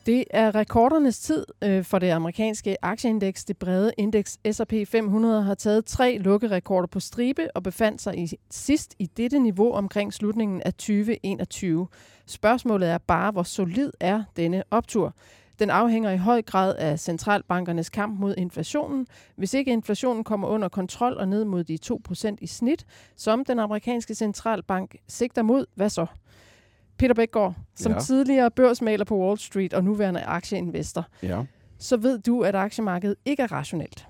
Det er rekordernes tid for det amerikanske aktieindeks. Det brede indeks S&P 500 har taget 3 lukkerekorder på stribe og befandt sig sidst i dette niveau omkring slutningen af 2021. Spørgsmålet er bare, hvor solid er denne optur? Den afhænger i høj grad af centralbankernes kamp mod inflationen. Hvis ikke inflationen kommer under kontrol og ned mod de 2% i snit, som den amerikanske centralbank sigter mod, hvad så? Peter Bækgaard, som tidligere børsmægler på Wall Street og nuværende aktieinvestor, så ved du, at aktiemarkedet ikke er rationelt.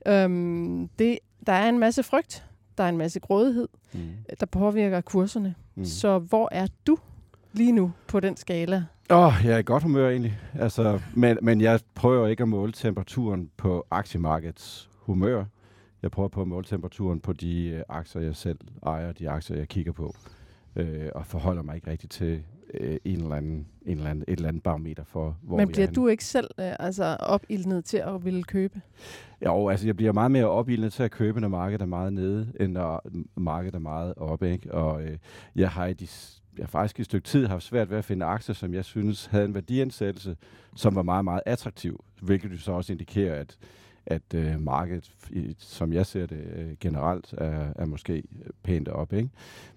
Der er en masse frygt, der er en masse grådighed, der påvirker kurserne. Så hvor er du lige nu på den skala? Jeg er i godt humør egentlig. Altså, men jeg prøver ikke at måle temperaturen på aktiemarkedets humør. Jeg prøver på at måle temperaturen på de aktier, jeg selv ejer, de aktier, jeg kigger på. Og forholder mig ikke rigtig til et eller andet barometer for, hvor men bliver du ikke selv opildnet til at ville købe? Jo, altså jeg bliver meget mere opildnet til at købe, når markedet er meget nede, end når markedet er meget oppe, ikke? Og jeg har faktisk i et stykke tid haft svært ved at finde aktier, som jeg synes havde en værdiansættelse, som var meget, meget attraktiv, hvilket jo så også indikerer, at markedet, som jeg ser det generelt, er måske pænt op, ikke?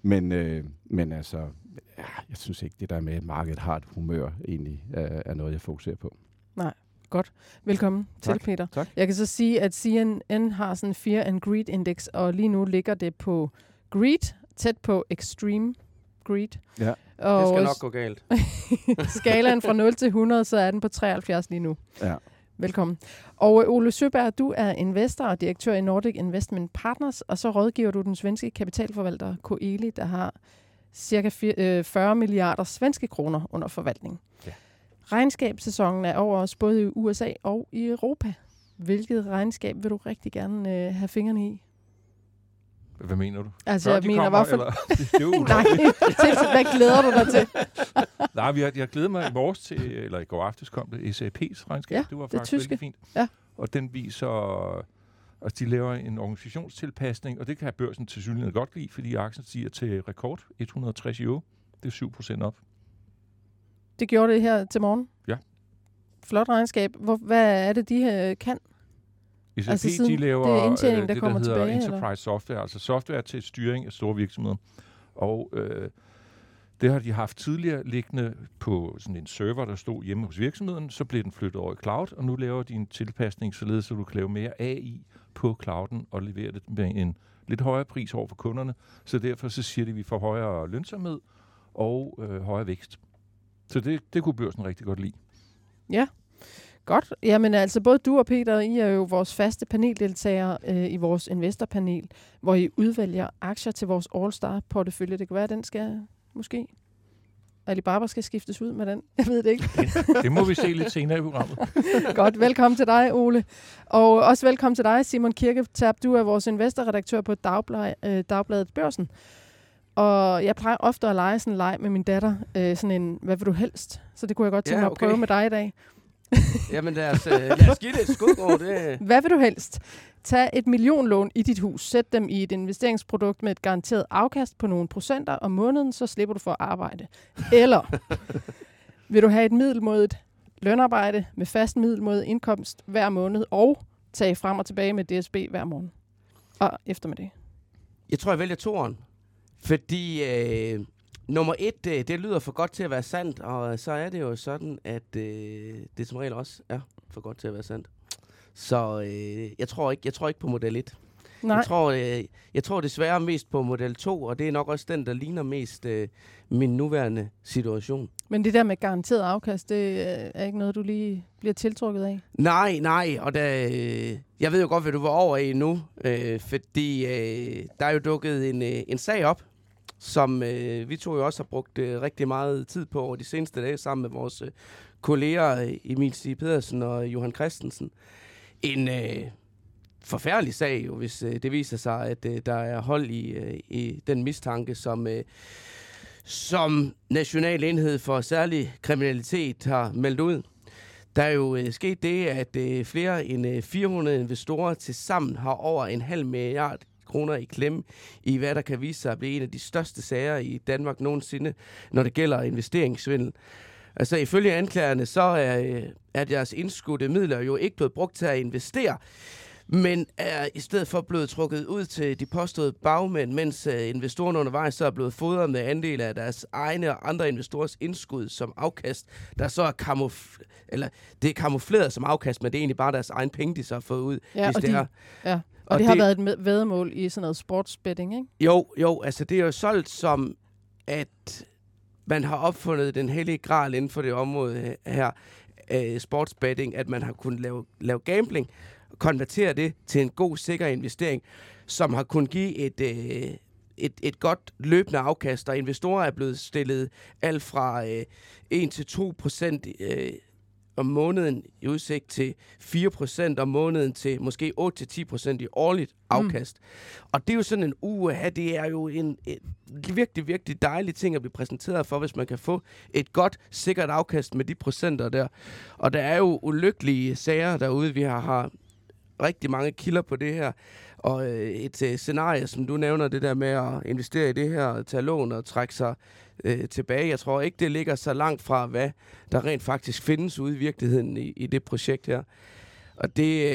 Men altså, jeg synes ikke, det der med, at markedet har et humør, egentlig er noget, jeg fokuserer på. Nej, godt. Velkommen til, Peter. Tak. Jeg kan så sige, at CNN har sådan en Fear and Greed Index, og lige nu ligger det på greed, tæt på extreme greed. Ja, og det skal nok gå galt. Skalaen fra 0 til 100, så er den på 73 lige nu. Ja. Velkommen. Og Ole Søberg, du er investor og direktør i Nordic Investment Partners, og så rådgiver du den svenske kapitalforvalter Coeli, der har cirka 40 milliarder svenske kroner under forvaltning. Ja. Regnskabssæsonen er over os både i USA og i Europa. Hvilket regnskab vil du rigtig gerne have fingrene i? Hvad mener du? Altså, jeg mener, hvorfor? Nej, hvad glæder du dig til? Nej, jeg glæder mig i morges til, eller i går aftes kom det, SAP's regnskab. Ja, det var faktisk virkelig fint. Ja. Og den viser, at de laver en organisationstilpasning, og det kan børsen til synligheden godt lide, fordi aktien stiger til rekord 160 euro. Det er 7% op. Det gjorde det her til morgen? Ja. Flot regnskab. Hvad er det, de kan? SAP, de laver indtjening, der hedder tilbage, enterprise eller? software, altså software til styring af store virksomheder. Og det har de haft tidligere liggende på sådan en server, der stod hjemme hos virksomheden. Så blev den flyttet over i cloud, og nu laver de en tilpasning, således at du kan lave mere AI på clouden og levere det med en lidt højere pris over for kunderne. Så derfor så siger de, at vi får højere lønsomhed og højere vækst. Så det kunne børsen rigtig godt lide. Ja. Godt. Jamen altså, både du og Peter, I er jo vores faste paneldeltagere i vores investorpanel, hvor I udvælger aktier til vores All-Star-portefølje. Det kan være, at den skal måske... Alibaba skal skiftes ud med den. Jeg ved det ikke. Det må vi se lidt senere i programmet. Godt. Velkommen til dig, Ole. Og også velkommen til dig, Simon Kirketab. Du er vores investorredaktør på Dagbladet Børsen. Og jeg plejer ofte at lege sådan en leg med min datter. Sådan en, hvad vil du helst? Så det kunne jeg godt tænke mig at prøve med dig i dag. Jamen lad os give det et skud over det. Hvad vil du helst? Tag et millionlån i dit hus. Sæt dem i et investeringsprodukt med et garanteret afkast på nogle procenter om måneden, så slipper du for at arbejde. Eller vil du have et middelmådigt lønarbejde med fast middelmådig indkomst hver måned og tage frem og tilbage med DSB hver morgen og eftermiddag? Jeg tror, jeg vælger toeren. Fordi nummer 1, det lyder for godt til at være sandt, og så er det jo sådan, at det som regel også er for godt til at være sandt. Så jeg tror ikke på model 1. Nej. Jeg tror desværre mest på model 2, og det er nok også den, der ligner mest min nuværende situation. Men det der med garanteret afkast, det er ikke noget, du lige bliver tiltrukket af? Nej, og jeg ved jo godt, hvad du var over i nu, fordi der er jo dukket en sag op, som vi to jo også har brugt rigtig meget tid på over de seneste dage, sammen med vores kolleger Emil Stig Pedersen og Johan Christensen. En forfærdelig sag, jo, hvis det viser sig, at der er hold i den mistanke, som National Enhed for Særlig Kriminalitet har meldt ud. Der er jo sket det, at flere end 400 investorer til sammen har over 0,5 milliard kroner i klemme i, hvad der kan vise sig at blive en af de største sager i Danmark nogensinde, når det gælder investeringssvindel. Altså ifølge anklagerne, så er deres indskudte midler jo ikke blevet brugt til at investere, men er i stedet for blevet trukket ud til de påståede bagmænd, mens investorerne undervejs så er blevet fodret med andel af deres egne og andre investorers indskud som afkast, der så er det er kamufleret som afkast, men det er egentlig bare deres egen penge, de så har fået ud. Ja, og det har været et væddemål i sådan noget sportsbetting, ikke? Jo, altså det er jo solgt som, at man har opfundet den hellige gral inden for det område her, sportsbetting, at man har kunnet lave gambling, konvertere det til en god, sikker investering, som har kunnet give et godt løbende afkast, og investorer er blevet stillet alt fra 1-2% om måneden i udsigt til 4% om måneden til måske 8-10% i årligt afkast. Og det er jo sådan en det er jo en virkelig, virkelig dejlig ting at blive præsenteret for, hvis man kan få et godt, sikkert afkast med de procenter der. Og der er jo ulykkelige sager derude. Vi har rigtig mange kilder på det her, og et scenarie, som du nævner, det der med at investere i det her, tage lån og trække sig tilbage. Jeg tror ikke, det ligger så langt fra, hvad der rent faktisk findes ude i virkeligheden i det projekt her. Og det,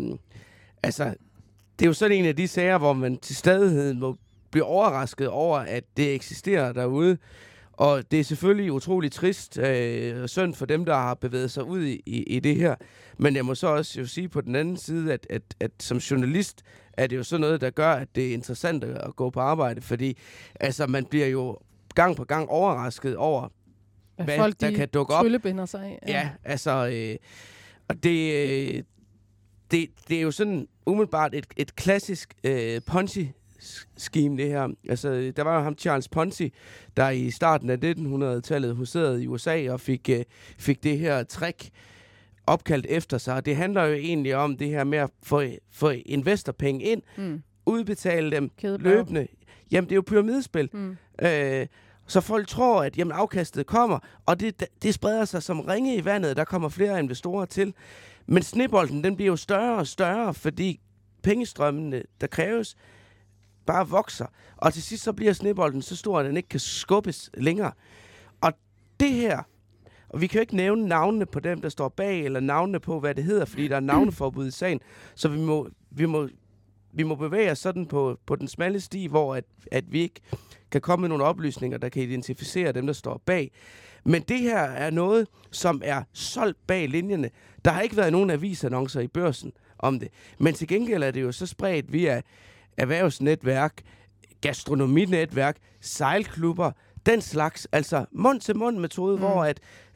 det er jo sådan en af de sager, hvor man til stadighed må blive overrasket over, at det eksisterer derude. Og det er selvfølgelig utrolig trist og synd for dem, der har bevæget sig ud i det her. Men jeg må så også jo sige på den anden side, at som journalist er det jo sådan noget, der gør, at det er interessant at gå på arbejde. Fordi altså, man bliver jo gang på gang overrasket over, hvad folk, der kan dukke op. Tryllebinder sig af. Ja, altså... og det er jo sådan umiddelbart et klassisk Ponzi-scheme, det her. Altså, der var jo ham Charles Ponzi, der i starten af 1900-tallet huserede i USA og fik det her trick opkaldt efter sig. Og det handler jo egentlig om det her med at få investorpenge ind, udbetale dem løbende. Jamen, det er jo pyramidespil. Så folk tror, at jamen, afkastet kommer, og det spreder sig som ringe i vandet. Der kommer flere investorer til. Men snebolden, den bliver jo større og større, fordi pengestrømmene, der kræves, bare vokser. Og til sidst så bliver snebolden så stor, at den ikke kan skubbes længere. Og det her, og vi kan jo ikke nævne navnene på dem, der står bag, eller navnene på, hvad det hedder, fordi der er navneforbud i sagen. Så vi må bevæge os sådan på den smalle sti, hvor at vi ikke kan komme med nogle oplysninger, der kan identificere dem, der står bag. Men det her er noget, som er solgt bag linjerne. Der har ikke været nogen avisannoncer i Børsen om det. Men til gengæld er det jo så spredt via erhvervsnetværk, gastronominetværk, sejlklubber, den slags. Altså mund-til-mund metode, hvor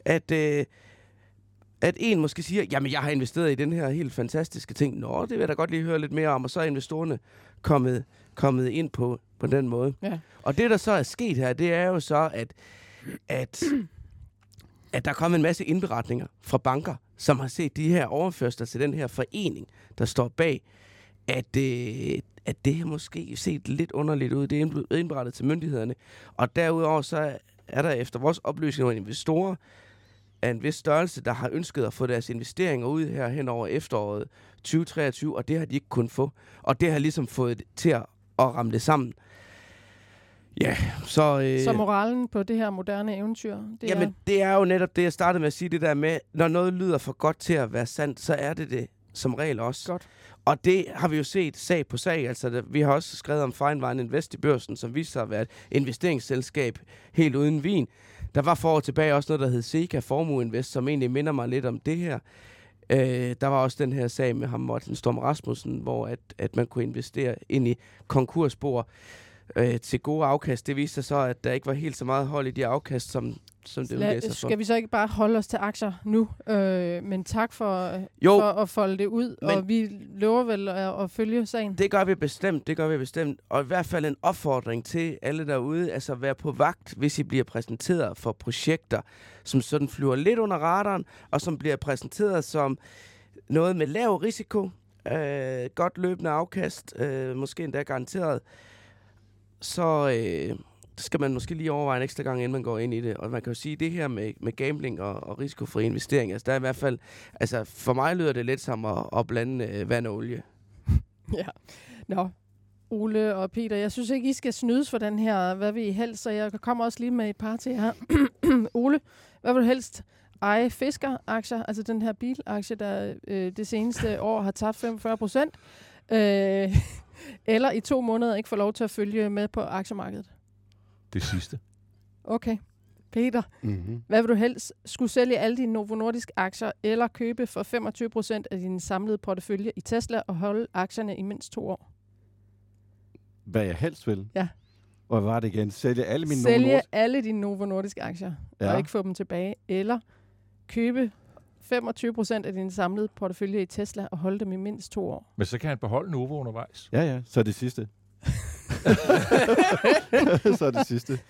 at en måske siger, jamen jeg har investeret i den her helt fantastiske ting. Nå, det vil jeg da godt lige høre lidt mere om. Og så er investorerne kommet ind på den måde. Ja. Og det, der så er sket her, det er jo så, at der er kommet en masse indberetninger fra banker, som har set de her overførsler til den her forening, der står bag, at det har måske set lidt underligt ud. Det er indberettet til myndighederne. Og derudover så er der efter vores oplysning nogle investorer af en vis størrelse, der har ønsket at få deres investeringer ud her hen over efteråret 2023, og det har de ikke kunnet få. Og det har ligesom fået det til at ramle sammen. Ja, så moralen på det her moderne eventyr? Det er jo netop det, jeg startede med at sige, det der med, når noget lyder for godt til at være sandt, så er det som regel også. Godt. Og det har vi jo set sag på sag. Altså, vi har også skrevet om Feinwein Invest i Børsen, som viste sig at være et investeringsselskab helt uden vin. Der var for år tilbage også noget, der hed Seka Formue Invest, som egentlig minder mig lidt om det her. Der var også den her sag med ham, Morten Storm Rasmussen, hvor at man kunne investere ind i konkursspor til gode afkast. Det viste sig så, at der ikke var helt så meget hold i de afkast, som det udgav sig for. Skal vi så ikke bare holde os til aktier nu? Men tak for at folde det ud, og vi lover vel at følge sagen. Det gør vi bestemt. Og i hvert fald en opfordring til alle derude, altså være på vagt, hvis I bliver præsenteret for projekter, som sådan flyver lidt under radaren, og som bliver præsenteret som noget med lav risiko, godt løbende afkast, måske endda garanteret, så skal man måske lige overveje en ekstra gang, inden man går ind i det. Og man kan jo sige, det her med gambling og risikofri investering, altså der er i hvert fald, altså for mig lyder det lidt som at blande vand og olie. Ja. Nå, Ole og Peter, jeg synes ikke, I skal snydes for den her, hvad vi helst, så jeg kommer også lige med et par til her. Ole, Hvad vil du helst eje Fisker-aktier, altså den her bilaktie, der det seneste år har tabt 45%, eller i 2 måneder ikke få lov til at følge med på aktiemarkedet? Det sidste. Okay. Peter, hvad vil du helst? Skulle sælge alle dine Novo Nordisk-aktier, eller købe for 25% af din samlede portefølje i Tesla og holde aktierne i mindst 2 år? Hvad jeg helst vil? Ja. Og hvad var det igen? Sælge alle dine Novo Nordisk-aktier, og ikke få dem tilbage, eller købe 25% af din samlede portefølje i Tesla og holde dem i mindst 2 år. Men så kan han beholde Novo undervejs. Ja, så er det sidste. Så er det sidste.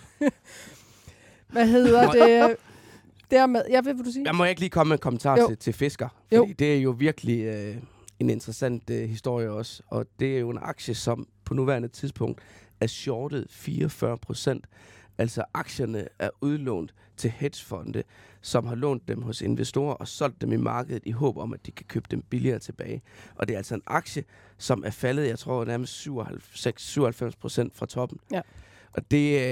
Hvad hedder det? Dermed, hvad vil du sige? Jeg må ikke lige komme med en kommentar til Fisker. Fordi det er jo virkelig en interessant historie også. Og det er jo en aktie, som på nuværende tidspunkt er shortet 44%. Altså aktierne er udlånt til hedgefonde, som har lånt dem hos investorer og solgt dem i markedet i håb om, at de kan købe dem billigere tilbage. Og det er altså en aktie, som er faldet, jeg tror, nærmest 97% fra toppen. Ja. Og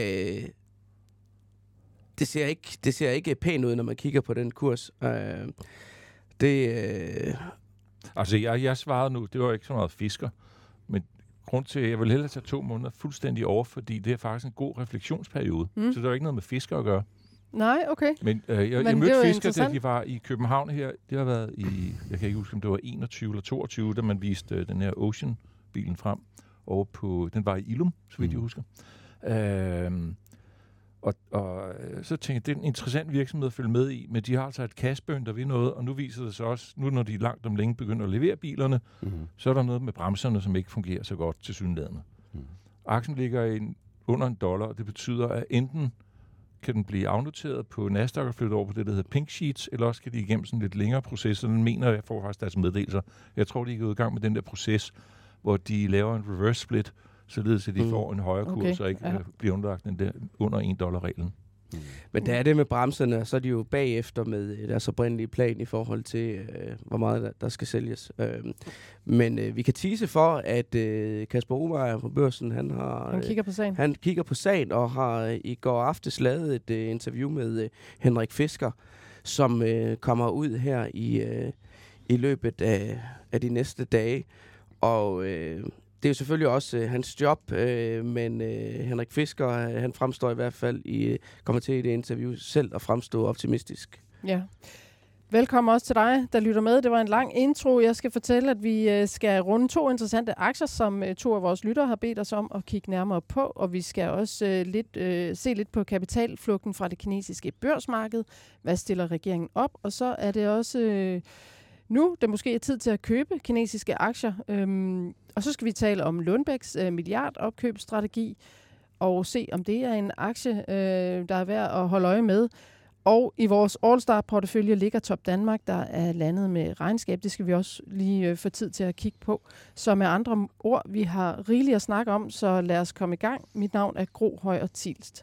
det ser ikke pænt ud, når man kigger på den kurs. Altså, jeg svarede nu, det var ikke så meget Fisker, men grund til, at jeg vil hellere tage 2 måneder fuldstændig over, fordi det er faktisk en god refleksionsperiode. Så der er ikke noget med Fisker at gøre. Nej, okay. Men jeg mødte Fisker, da de var i København her. Det har været i, jeg kan ikke huske, om det var 21 eller 22, da man viste den her Ocean-bilen frem. Over på, den var i Illum, så vidt jeg husker. Og så tænkte jeg, det er en interessant virksomhed at følge med i, men de har altså et cashburn, der vil noget, og nu viser det sig også, nu når de langt om længe begynder at levere bilerne, så er der noget med bremserne, som ikke fungerer så godt til synlædende. Aktien ligger under $1, og det betyder, at enten kan den blive afnoteret på Nasdaq og flyttet over på det, der hedder Pink Sheets, eller også kan de igennem sådan en lidt længere proces, og den mener, jeg får faktisk deres meddelelser. Jeg tror, de er gået i gang med den der proces, hvor de laver en reverse split, således at de får en højere kurs, og ikke bliver underlagt den der under $1-reglen. Men der er det med bremserne, så er de jo bagefter med deres oprindelige plan i forhold til, hvor meget der skal sælges. Men vi kan tease for, at Kasper Romeyer på børsen, han kigger på sagen. Han kigger på sagen og har i går aftes lavet et interview med Henrik Fisker, som kommer ud her i løbet af de næste dage. Og det er jo selvfølgelig også hans job, men Henrik Fisker, han fremstår i hvert fald kommer til i det interview selv at fremstå optimistisk. Ja. Velkommen også til dig, der lytter med. Det var en lang intro. Jeg skal fortælle, at vi skal runde 2 interessante aktier, som 2 af vores lyttere har bedt os om at kigge nærmere på, og vi skal også se lidt på kapitalflugten fra det kinesiske børsmarked. Hvad stiller regeringen op? Og så er det også nu, det måske er tid til at købe kinesiske aktier. Og så skal vi tale om Lundbecks milliardopkøbsstrategi, og se, om det er en aktie, der er værd at holde øje med. Og i vores All-Star-portefølje ligger Top Danmark, der er landet med regnskab. Det skal vi også lige få tid til at kigge på. Så med andre ord, vi har rigeligt at snakke om, så lad os komme i gang. Mit navn er Gro Højer Thielst.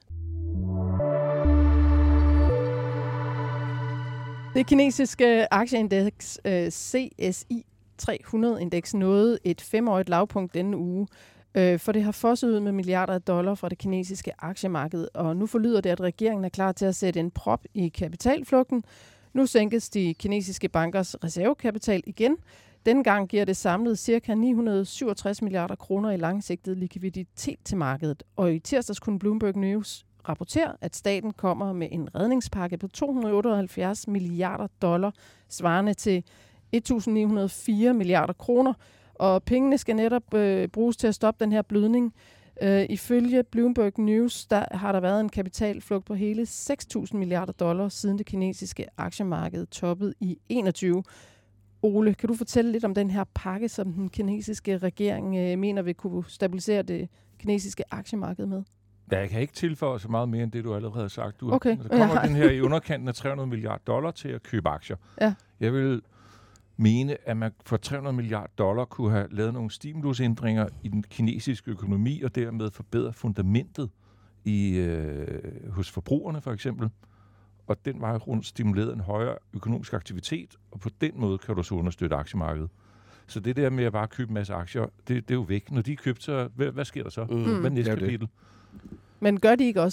Det kinesiske aktieindeks CSI 300-indeks nåede et 5-årigt lavpunkt denne uge, for det har fosset ud med milliarder af dollar fra det kinesiske aktiemarked, og nu forlyder det, at regeringen er klar til at sætte en prop i kapitalflugten. Nu sænkes de kinesiske bankers reservekapital igen. Denne gang giver det samlet ca. 967 milliarder kroner i langsigtet likviditet til markedet, og i tirsdags kunne Bloomberg News rapporterer, at staten kommer med en redningspakke på 278 milliarder dollar, svarende til 1.904 milliarder kroner, og pengene skal netop bruges til at stoppe den her blødning. Ifølge Bloomberg News, der har der været en kapitalflugt på hele 6.000 milliarder dollar, siden det kinesiske aktiemarked toppede i 21. Ole, kan du fortælle lidt om den her pakke, som den kinesiske regering mener vil kunne stabilisere det kinesiske aktiemarked med? Ja, jeg kan ikke tilføje så meget mere end det, du allerede har sagt. Der kommer den her i underkanten af 300 milliarder dollar til at købe aktier. Ja. Jeg vil mene, at man for 300 milliarder dollar kunne have lavet nogle stimulusændringer i den kinesiske økonomi, og dermed forbedre fundamentet hos forbrugerne for eksempel. Og den vej rundt stimulerede en højere økonomisk aktivitet, og på den måde kan du så understøtte aktiemarkedet. Så det der med at bare købe en masse aktier, det er jo væk. Når de er købt, så hvad sker der så? Hvad er næste kapitel? Men gør de ikke også det?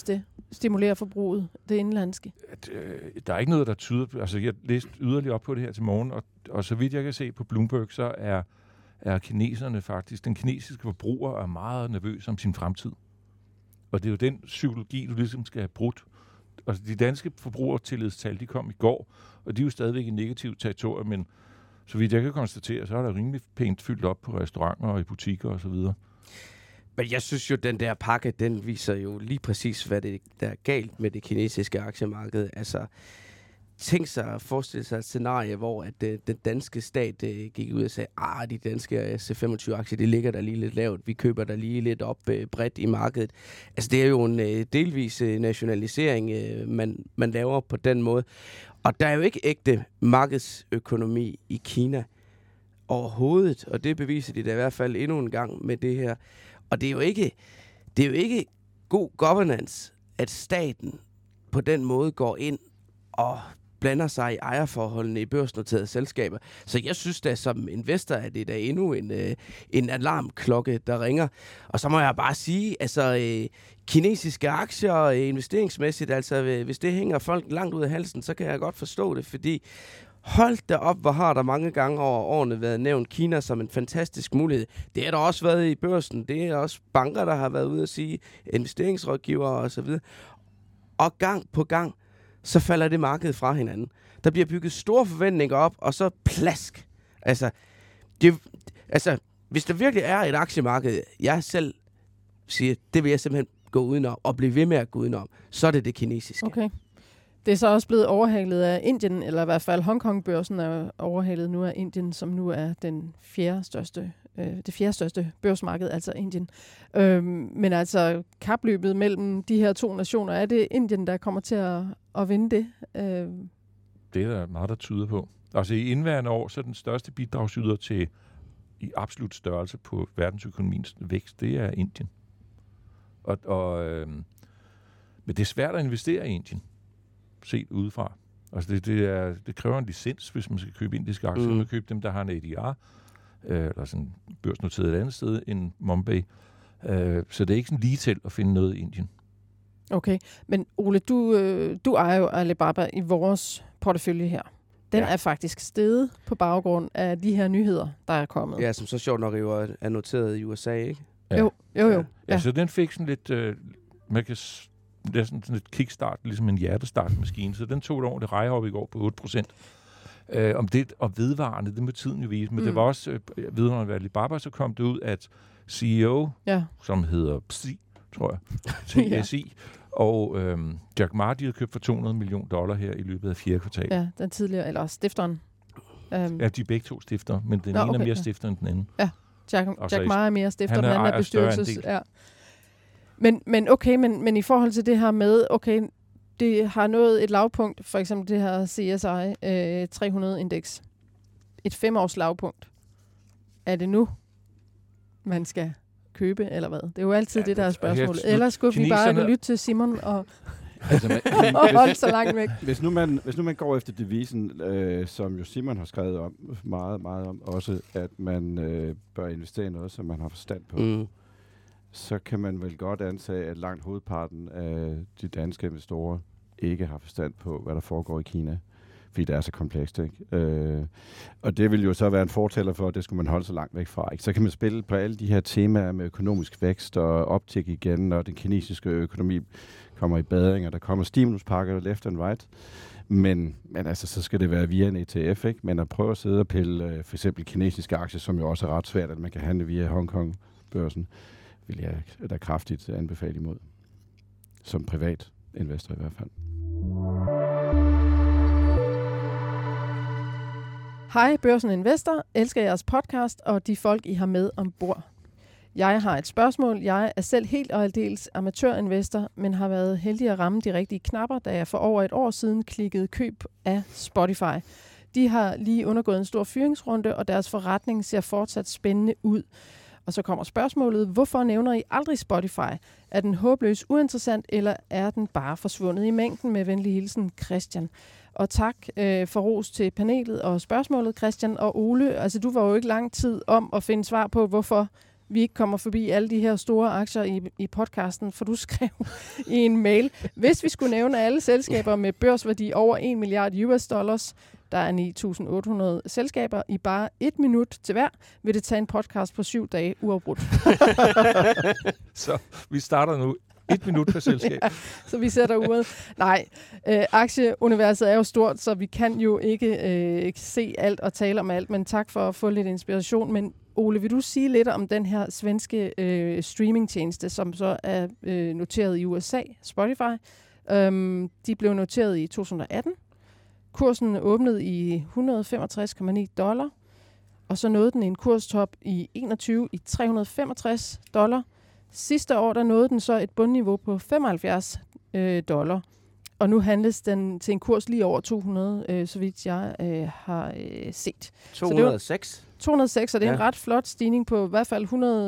stimulere forbruget, det indlandske? Der er ikke noget, der tyder... Altså, jeg læste yderligere op på det her til morgen, og så vidt jeg kan se på Bloomberg, så er kineserne faktisk... Den kinesiske forbruger er meget nervøs om sin fremtid. Og det er jo den psykologi, du ligesom skal have brudt. Altså, de danske forbrugertillidstal, de kom i går, og de er jo stadigvæk i negativt territorium, men så vidt jeg kan konstatere, så er der rimelig pænt fyldt op på restauranter og i butikker osv. Men jeg synes jo, den der pakke, den viser jo lige præcis, hvad det der er galt med det kinesiske aktiemarked. Altså, tænk sig at forestille sig et scenarie, hvor at, den danske stat gik ud og sagde, de danske C25-aktier, de ligger der lige lidt lavt, vi køber der lige lidt op bredt i markedet. Altså, det er jo en delvis nationalisering, man laver på den måde. Og der er jo ikke ægte markedsøkonomi i Kina overhovedet, og det beviser de da i hvert fald endnu en gang med det her. Og det er jo ikke god governance, at staten på den måde går ind og blander sig i ejerforholdene i børsnoterede selskaber. Så jeg synes da som investor, at det er da endnu en alarmklokke, der ringer. Og så må jeg bare sige, altså kinesiske aktier investeringsmæssigt, altså hvis det hænger folk langt ud af halsen, så kan jeg godt forstå det, fordi hold da op, hvor har der mange gange over årene været nævnt Kina som en fantastisk mulighed. Det har der også været i børsen. Det er også banker, der har været ude at sige, investeringsrådgivere osv. Og gang på gang, så falder det marked fra hinanden. Der bliver bygget store forventninger op, og så plask. Altså, hvis der virkelig er et aktiemarked, jeg selv siger, det vil jeg simpelthen gå udenom, og blive ved med at gå udenom, så er det kinesiske. Okay. Det er så også blevet overhalet af Indien, eller i hvert fald Hongkong-børsen er overhalet nu af Indien, som nu er det fjerde største børsmarked, altså Indien. Men altså kapløbet mellem de her to nationer, er det Indien, der kommer til at vinde det? Det er der meget, der tyder på. Altså i indværende år, så er den største bidragsyder til i absolut størrelse på verdensøkonomiens vækst, det er Indien. Men det er svært at investere i Indien, set udefra. Altså det kræver en licens, hvis man skal købe indiske aktier. Man købe dem, der har en ADR, eller sådan børsnoteret et andet sted end Mumbai. Så det er ikke sådan lige til at finde noget i Indien. Okay, men Ole, du ejer jo Alibaba i vores portefølje her. Den er faktisk steget på baggrund af de her nyheder, der er kommet. Ja, som så sjovt nok jo er noteret i USA, ikke? Ja. Jo. Ja, så den fik sådan lidt... det er sådan et kickstart, ligesom en hjertestartmaskine. Så den tog et ordentligt rejehop i går på 8%. Om det og vedvarende, det må tiden jo vise. Men det var også vedvarende ved Alibaba, så kom det ud, at CEO, som hedder PSI, tror jeg, TSI, og Jack Ma, de havde købt for $200 million her i løbet af 4. kvartal. Ja, den tidligere, eller stifteren. Ja, de er begge to stifter, men den ene er mere stifter end den anden. Ja, Jack Ma er mere stifter, den anden er bestyrelses. Ja. Men i forhold til det her med, det har nået et lavpunkt, for eksempel det her CSI 300-indeks. Et 5-års lavpunkt. Er det nu, man skal købe, eller hvad? Det er jo altid det, der er spørgsmålet. Ellers skulle vi bare lytte til Simon og holde så langt væk. Hvis nu man går efter devisen, som jo Simon har skrevet om, meget, meget om, også at man bør investere i noget, som man har forstand på, så kan man vel godt antage, at langt hovedparten af de danske investorer ikke har forstand på, hvad der foregår i Kina. Fordi det er så komplekst, ikke? Og det vil jo så være en fortæller for, at det skulle man holde så langt væk fra, ikke? Så kan man spille på alle de her temaer med økonomisk vækst og optik igen, og den kinesiske økonomi kommer i badring, og der kommer stimuluspakker left and right. Men altså, så skal det være via en ETF, ikke? Men at prøve at sidde og pille for eksempel kinesiske aktier, som jo også er ret svært, at man kan handle via Hongkong-børsen, vil jeg da kraftigt anbefale imod. Som privat investor i hvert fald. Hej Børsen Investor, elsker jeres podcast og de folk, I har med ombord. Jeg har et spørgsmål. Jeg er selv helt og aldeles amatørinvestor, men har været heldig at ramme de rigtige knapper, da jeg for over et år siden klikkede køb af Spotify. De har lige undergået en stor fyringsrunde, og deres forretning ser fortsat spændende ud. Og så kommer spørgsmålet, hvorfor nævner I aldrig Spotify? Er den håbløs uinteressant, eller er den bare forsvundet i mængden? Med venlig hilsen, Christian. Og tak for ros til panelet og spørgsmålet, Christian og Ole. Altså, du var jo ikke lang tid om at finde svar på, hvorfor vi ikke kommer forbi alle de her store aktier i podcasten, for du skrev i en mail, hvis vi skulle nævne alle selskaber med børsværdi over 1 milliard US dollars, der er 9.800 selskaber, i bare 1 minut til hver, vil det tage en podcast på 7 dage uafbrudt. Så vi starter nu 1 minut per selskab. Ja, så vi sætter uret. Nej, aktieuniverset er jo stort, så vi kan jo ikke se alt og tale om alt, men tak for at få lidt inspiration. Men Ole, vil du sige lidt om den her svenske streamingtjeneste, som så er noteret i USA, Spotify? De blev noteret i 2018. Kursen åbnede i $165,9, og så nåede den en kurstop i 21 i $365. Sidste år, der nåede den så et bundniveau på $75, og nu handles den til en kurs lige over 200, så vidt jeg har set. 206? 206, og det er en ret flot stigning på i hvert fald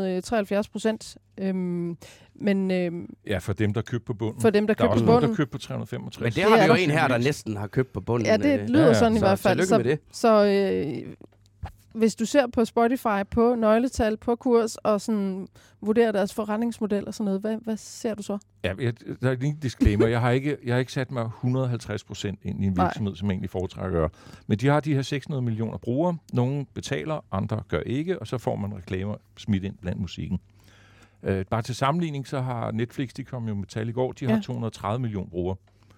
173%. Ja, for dem, der købte på bunden. For dem, der købte på bunden. Der er også nogen, der købte på 365. Men det har vi jo en her, der næsten har købt på bunden. Ja, det lyder sådan i hvert fald. Så med det. Så hvis du ser på Spotify, på nøgletal, på kurs, og sådan vurderer deres forretningsmodel og sådan noget, hvad ser du så? Ja, der er en disclaimer. Jeg har ikke sat mig 150% ind i en virksomhed, som jeg egentlig foretrækker at gøre. Men de har de her 600 millioner brugere. Nogle betaler, andre gør ikke, og så får man reklamer smidt ind blandt musikken. Bare til sammenligning, så har Netflix, de kom jo med tal i går, de har 230 millioner brugere.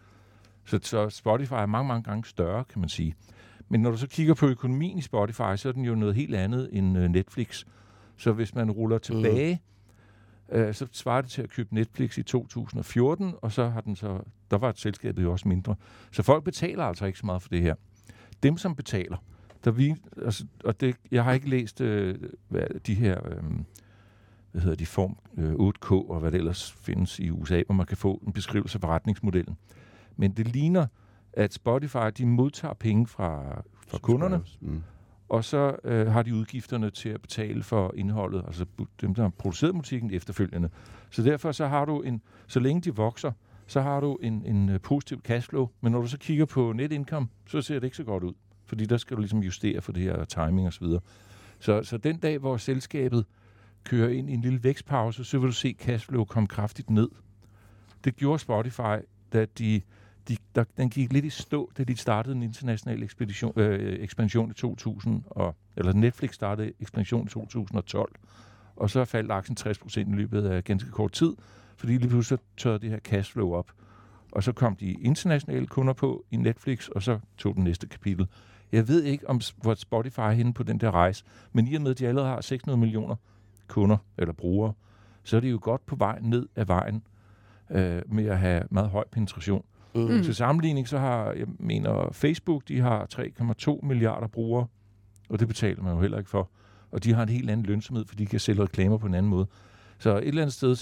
Så Spotify er mange, mange gange større, kan man sige. Men når du så kigger på økonomien i Spotify, så er den jo noget helt andet end Netflix. Så hvis man ruller tilbage, så svarer det til at købe Netflix i 2014, og så har der var selskabet jo også mindre. Så folk betaler altså ikke så meget for det her. Dem, som betaler, jeg har ikke læst de her, form 8K og hvad det ellers findes i USA, hvor man kan få en beskrivelse af forretningsmodellen. Men det ligner, at Spotify, de modtager penge fra kunderne, og så har de udgifterne til at betale for indholdet, altså dem, der har produceret musikken efterfølgende. Så derfor så har du så længe de vokser, så har du en positiv cashflow, men når du så kigger på net income, så ser det ikke så godt ud, fordi der skal du ligesom justere for det her timing og så videre. Så den dag, hvor selskabet kører ind i en lille vækstpause, så vil du se cashflow komme kraftigt ned. Det gjorde Spotify, da den gik lidt i stå, da de startede en international ekspansion i 2000, eller Netflix startede ekspansion i 2012, og så faldt aktien 60% i løbet af ganske kort tid, fordi lige pludselig tørrede det her cashflow op. Og så kom de internationale kunder på i Netflix, og så tog den næste kapitel. Jeg ved ikke, hvor Spotify er henne på den der rejse, men i og med, at de allerede har 600 millioner kunder eller brugere, så er de jo godt på vej ned ad vejen med at have meget høj penetration. Til sammenligning så har, jeg mener, Facebook, de har 3,2 milliarder brugere, og det betaler man jo heller ikke for. Og de har en helt anden lønsomhed, for de kan sælge reklamer på en anden måde. Så et eller andet sted,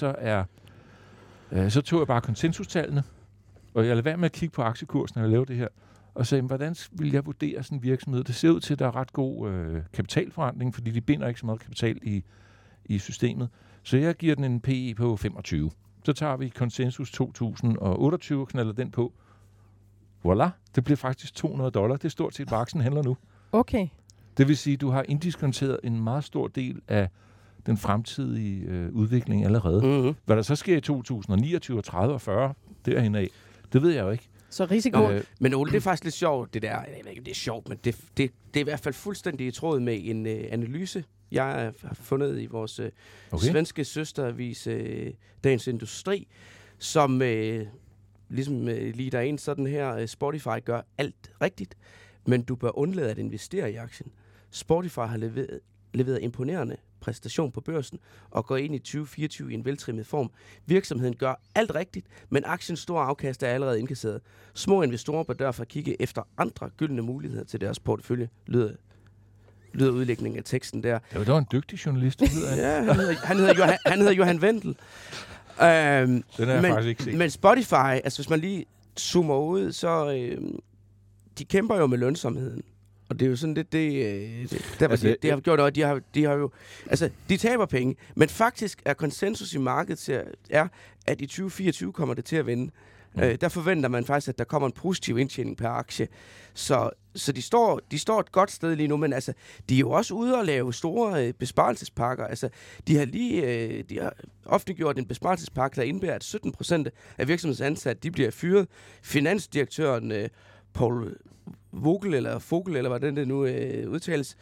så tog jeg bare konsensustallene, og jeg lader være med at kigge på aktiekursen, når jeg laver det her, og sagde, hvordan vil jeg vurdere sådan en virksomhed? Det ser ud til, at der er ret god kapitalforandring, fordi de binder ikke så meget kapital i systemet. Så jeg giver den en PE på 25. Så tager vi konsensus 2028 og knalder den på. Voilà, det bliver faktisk $200. Det er stort set, hvad aktien handler nu. Okay. Det vil sige, at du har indiskonteret en meget stor del af den fremtidige udvikling allerede. Mm-hmm. Hvad der så sker i 2029, 30 og 40, derhen af, det ved jeg jo ikke. Så risiko. Men Ole, det er faktisk lidt sjovt, det der. Jeg ved ikke, det er sjovt, men det er i hvert fald fuldstændig i tråd med en analyse, jeg har fundet i vores svenske søsteravis Dagens Industri, som ligesom lige der en sådan her, Spotify gør alt rigtigt, men du bør undlade at investere i aktien. Spotify har leveret imponerende præstation på børsen og går ind i 2024 i en veltrimmet form. Virksomheden gør alt rigtigt, men aktiens store afkast er allerede indkasseret. Små investorer bør derfor kigge efter andre gyldne muligheder til deres portefølje, lyder udlægningen af teksten der. Det var en dygtig journalist, ja, han hedder Johan Wendel. Den er jeg faktisk ikke set. Men Spotify, altså hvis man lige zoomer ud, så de kæmper jo med lønsomheden. Og det er jo sådan lidt det har gjort noget. De har jo, altså de taber penge, men faktisk er konsensus i markedet at i 2024 kommer det til at vende. Der forventer man faktisk, at der kommer en positiv indtjening per aktie. Så de står et godt sted lige nu, men altså, de er jo også ude og lave store besparelsespakker. Altså, de har offentliggjort en besparelsespakke, der indebærer, at 17% af virksomhedsansatte, de bliver fyret. Finansdirektøren Paul Vogel, eller hvordan det nu udtales,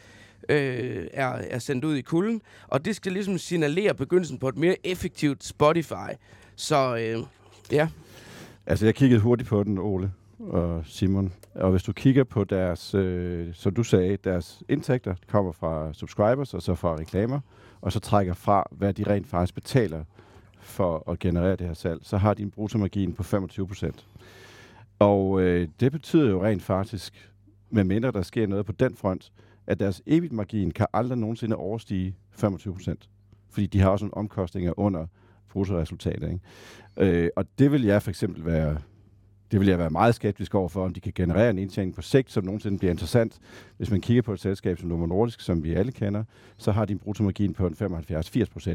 er sendt ud i kulden, og det skal ligesom signalere begyndelsen på et mere effektivt Spotify. Så ja. Altså, jeg kiggede hurtigt på den, Ole og Simon, og hvis du kigger på deres, som du sagde, deres indtægter kommer fra subscribers og så fra reklamer, og så trækker fra, hvad de rent faktisk betaler for at generere det her salg, så har de en bruttomargin på 25%. Og det betyder jo rent faktisk, medmindre der sker noget på den front, at deres EBIT-margin kan aldrig nogensinde overstige 25%. Fordi de har også nogle omkostninger under bruttoresultatet, ikke? Og det vil jeg for eksempel være meget skeptisk overfor, om de kan generere en indtjening på sigt, som nogensinde bliver interessant. Hvis man kigger på et selskab som Novo Nordisk, som vi alle kender, så har de en bruttomargin på en 75-80%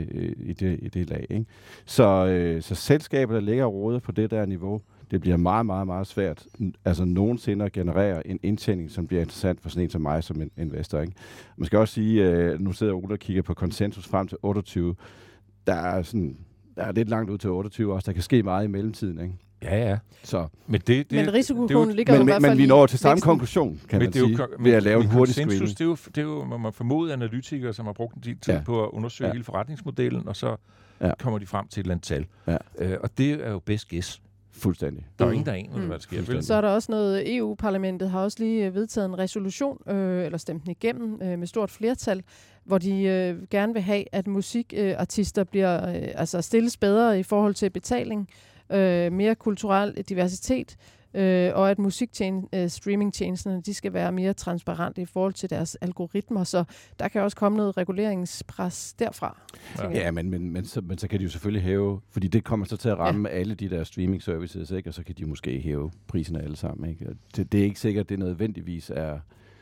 i det lag, ikke? Så selskaber, der ligger og råder på det der niveau, det bliver meget, meget, meget svært altså nogensinde at generere en indtjening, som bliver interessant for sådan en som mig som en investor, ikke? Man skal også sige, nu sidder Ole og kigger på konsensus frem til 28. Der er lidt langt ud til 28 også. Der kan ske meget i mellemtiden, ikke? Ja. Så. Men risikoen ligger jo i hvert fald. Men vi når til samme konklusion, kan man sige, ved at lave en hurtig screening. Det er jo, man må formode analytikere, som har brugt en del tid på at undersøge hele forretningsmodellen, og så kommer de frem til et eller andet tal. Ja. Og det er jo best guess. Fuldstændig. Der er jo ingen, der aner, hvad der sker. Så er der også noget, EU-parlamentet har også lige vedtaget en resolution, eller stemt den igennem med stort flertal, hvor de gerne vil have, at musikartister bliver altså stilles bedre i forhold til betaling, mere kulturel diversitet, og at streamingtjenesterne, de skal være mere transparente i forhold til deres algoritmer, så der kan også komme noget reguleringspres derfra. Ja, men så kan de jo selvfølgelig hæve, fordi det kommer så til at ramme alle de der streaming services, ikke? Og så kan de måske hæve priserne alle sammen, ikke? Det er ikke sikkert, at det nødvendigvis er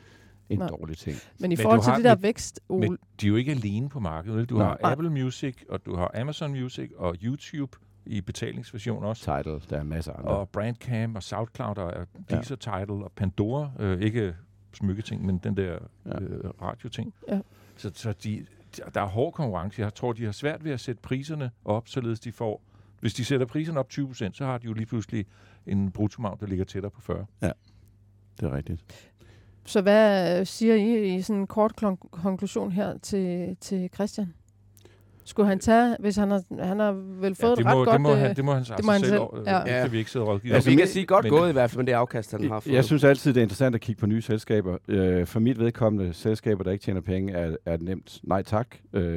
en dårlig ting. Men i forhold til det der vækst, Ole... Men de er jo ikke alene på markedet. Du har Apple Music, og du har Amazon Music, og YouTube i betalingsversion også. Tidal, der er masser af andre. Og Bandcamp og SoundCloud og Deezer, Tidal og Pandora. Ikke smykketing, men den der radioting. Ja. Så der er hård konkurrence. Jeg tror, de har svært ved at sætte priserne op, således de får... Hvis de sætter priserne op 20%, så har de jo lige pludselig en bruttomargin, der ligger tættere på 40%. Ja, det er rigtigt. Så hvad siger I sådan en kort konklusion her til Christian? Skulle han tage, hvis han har vel fået et ret godt... Det må han selv. Det vi ikke sidde og rådgive. Altså, vi kan sige godt gået i hvert fald med det afkast, han har fået. Jeg synes altid, det er interessant at kigge på nye selskaber. For mit vedkommende selskaber, der ikke tjener penge, er nemt nej tak.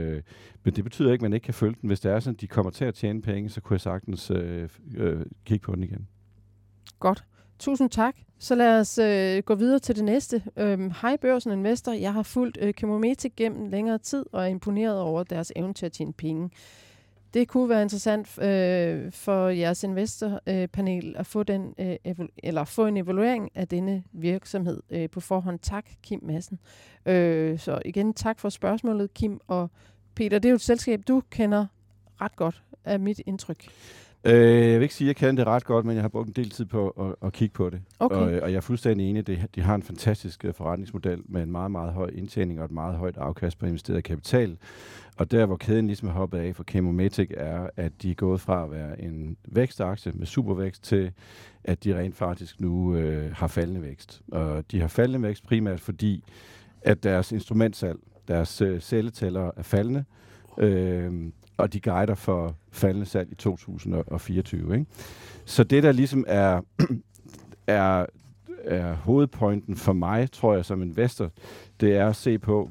Men det betyder ikke, at man ikke kan følge den. Hvis det er sådan, de kommer til at tjene penge, så kunne jeg sagtens kigge på den igen. Godt. Tusind tak. Så lad os gå videre til det næste. Hej Børsen Investor. Jeg har fulgt Chemometec gennem længere tid og er imponeret over deres evne til at tjene penge. Det kunne være interessant for jeres investorpanel at få få en evaluering af denne virksomhed på forhånd. Tak, Kim Madsen. Så igen, tak for spørgsmålet, Kim og Peter. Det er jo et selskab, du kender ret godt, af mit indtryk. Jeg vil ikke sige, at jeg kender det ret godt, men jeg har brugt en del tid på at kigge på det. Okay. Og jeg er fuldstændig enig. De har en fantastisk forretningsmodel med en meget, meget høj indtjening og et meget højt afkast på investeret kapital. Og der, hvor kæden ligesom er hoppet af for Chemometec, er, at de er gået fra at være en vækstaktie med supervækst til, at de rent faktisk nu har faldende vækst. Og de har faldende vækst primært fordi, at deres instrumentsalg, deres celletæller er faldende, og de guider for faldende salg i 2024. Ikke? Så det, der ligesom er hovedpointen for mig, tror jeg, som investor, det er at se på,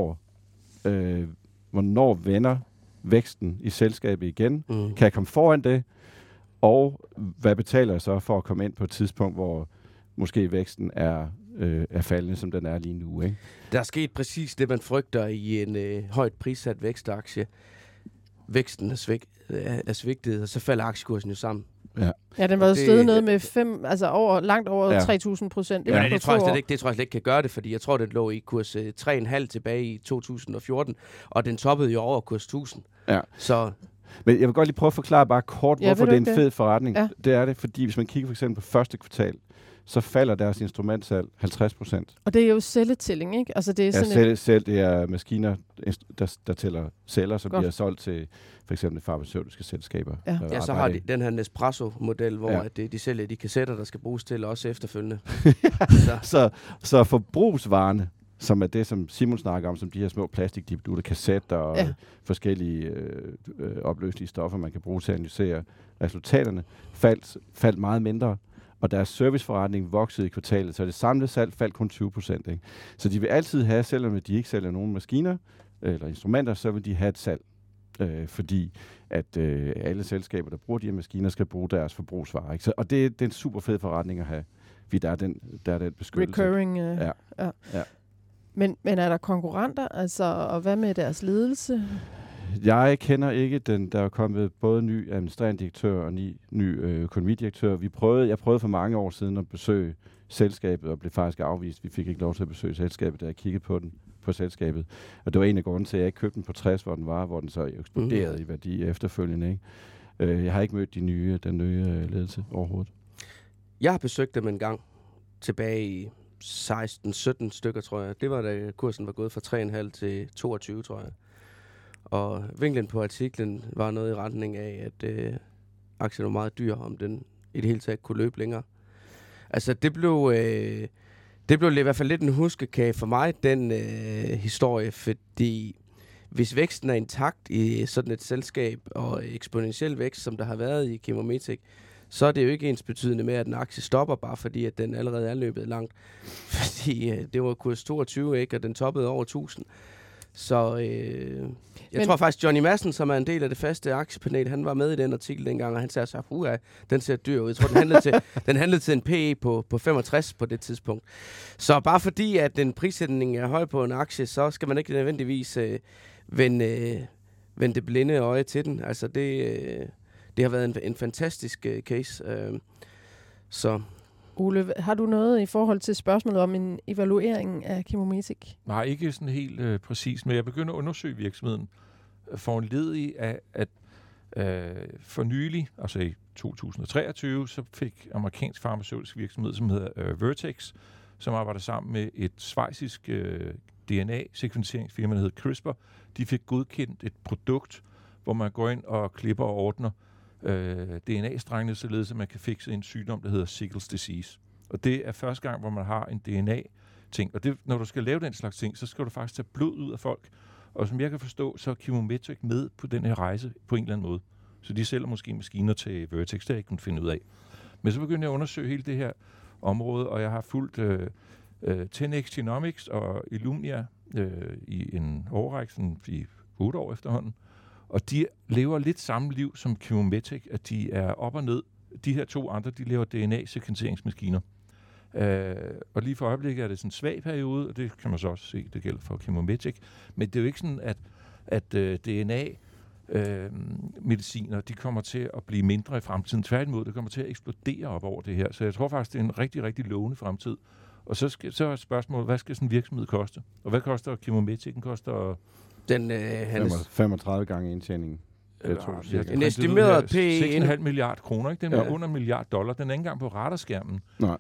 hvornår vender væksten i selskabet igen. Kan jeg komme foran det? Og hvad betaler jeg så for at komme ind på et tidspunkt, hvor måske væksten er faldende, som den er lige nu? Ikke? Der er sket præcis det, man frygter i en højt prissat vækstaktie. Væksten er svigtet, og så falder aktiekursen jo sammen. Ja, den var jo steget noget med langt over 3.000%. Ja, det tror jeg slet ikke kan gøre det, fordi jeg tror, den lå i kurs 3,5 tilbage i 2014, og den toppede jo over kurs 1.000. Ja. Så Men jeg vil godt lige prøve at forklare bare kort, hvorfor det er en fed forretning. Ja. Det er det, fordi hvis man kigger for eksempel på første kvartal, så falder deres instrumentsalg 50%. Og det er jo celletælling, ikke? Altså det er sådan det er maskiner, der tæller celler, som bliver solgt til for eksempel farmaceutiske selskaber. Ja, så har de den her Nespresso-model, hvor at de sælger de kassetter, der skal bruges til også efterfølgende. så forbrugsvarerne, som er det, som Simon snakker om, som de her små plastikdipdutter, kassetter og forskellige opløselige stoffer, man kan bruge til at analysere resultaterne, faldt meget mindre, og deres serviceforretning voksede i kvartalet, så det samlede salg faldt kun 20%. Ikke? Så de vil altid have, selvom de ikke sælger nogen maskiner eller instrumenter, så vil de have et salg, fordi at alle selskaber, der bruger de her maskiner, skal bruge deres forbrugsvarer. Ikke? Og det er en super fed forretning at have, fordi der er den beskyttelse. Recurring. Ja. Men er der konkurrenter, altså, og hvad med deres ledelse? Jeg kender ikke den. Der er kommet både ny administrerende direktør og ny økonomidirektør. Jeg prøvede for mange år siden at besøge selskabet og blev faktisk afvist. Vi fik ikke lov til at besøge selskabet, da jeg kiggede på selskabet. Og det var en af grundene til, at jeg ikke købte den på 60, hvor den så eksploderede i værdi efterfølgende. Ikke? Jeg har ikke mødt den nye ledelse overhovedet. Jeg har besøgt dem en gang tilbage i 16-17 stykker, tror jeg. Det var da kursen var gået fra 3,5 til 22, tror jeg. Og vinklen på artiklen var noget i retning af, at aktien var meget dyr, om den i det hele taget kunne løbe længere. Altså, det blev i hvert fald lidt en huskekage for mig, den historie, fordi hvis væksten er intakt i sådan et selskab, og eksponentiel vækst, som der har været i Chemometec, så er det jo ikke ensbetydende med, at en aktie stopper, bare fordi at den allerede er løbet langt. Fordi det var kurs 22, ikke, og den toppede over 1000. Så jeg tror faktisk, Johnny Madsen, som er en del af det faste aktiepanel, han var med i den artikel dengang, og han sagde så, den ser dyr ud. Jeg tror, den handlede til en PE på 65 på det tidspunkt. Så bare fordi, at den prissætning er høj på en aktie, så skal man ikke nødvendigvis vende det blinde øje til den. Altså det har været en fantastisk case. Så... Ole, har du noget i forhold til spørgsmålet om en evaluering af Chemometec? Nej, ikke sådan helt præcis, men jeg begynder at undersøge virksomheden for en led i, at for nylig, altså i 2023, så fik amerikansk farmaceutisk virksomhed, som hedder Vertex, som arbejder sammen med et schweizisk DNA-sekvenseringsfirma, der hedder CRISPR. De fik godkendt et produkt, hvor man går ind og klipper og ordner DNA-strengene, således at man kan fikse en sygdom, der hedder Sickles disease. Og det er første gang, hvor man har en DNA-ting. Og det, når du skal lave den slags ting, så skal du faktisk tage blod ud af folk. Og som jeg kan forstå, så er Chemometec med på den her rejse på en eller anden måde. Så de sælger måske maskiner til Vertex, det har jeg ikke kunnet finde ud af. Men så begyndte jeg at undersøge hele det her område, og jeg har fulgt 10x Genomics og Illumina i en årrække, sådan i 8 år efterhånden. Og de lever lidt samme liv som Chemometec, at de er op og ned. De her to andre, de laver DNA-sekvenseringsmaskiner. Og lige for øjeblikket er det sådan en svag periode, og det kan man så også se, det gælder for Chemometec. Men det er jo ikke sådan, at DNA-mediciner, de kommer til at blive mindre i fremtiden. Tværtimod, det kommer til at eksplodere op over det her. Så jeg tror faktisk, det er en rigtig, rigtig lovende fremtid. Og så er spørgsmålet, hvad skal sådan en virksomhed koste? Og hvad koster Chemometec? Den koster... Den 35 gange indtjeningen. En estimeret PE... 6,5 milliard kroner, ikke? Den er under $1 milliard. Den er ikke engang på radarskærmen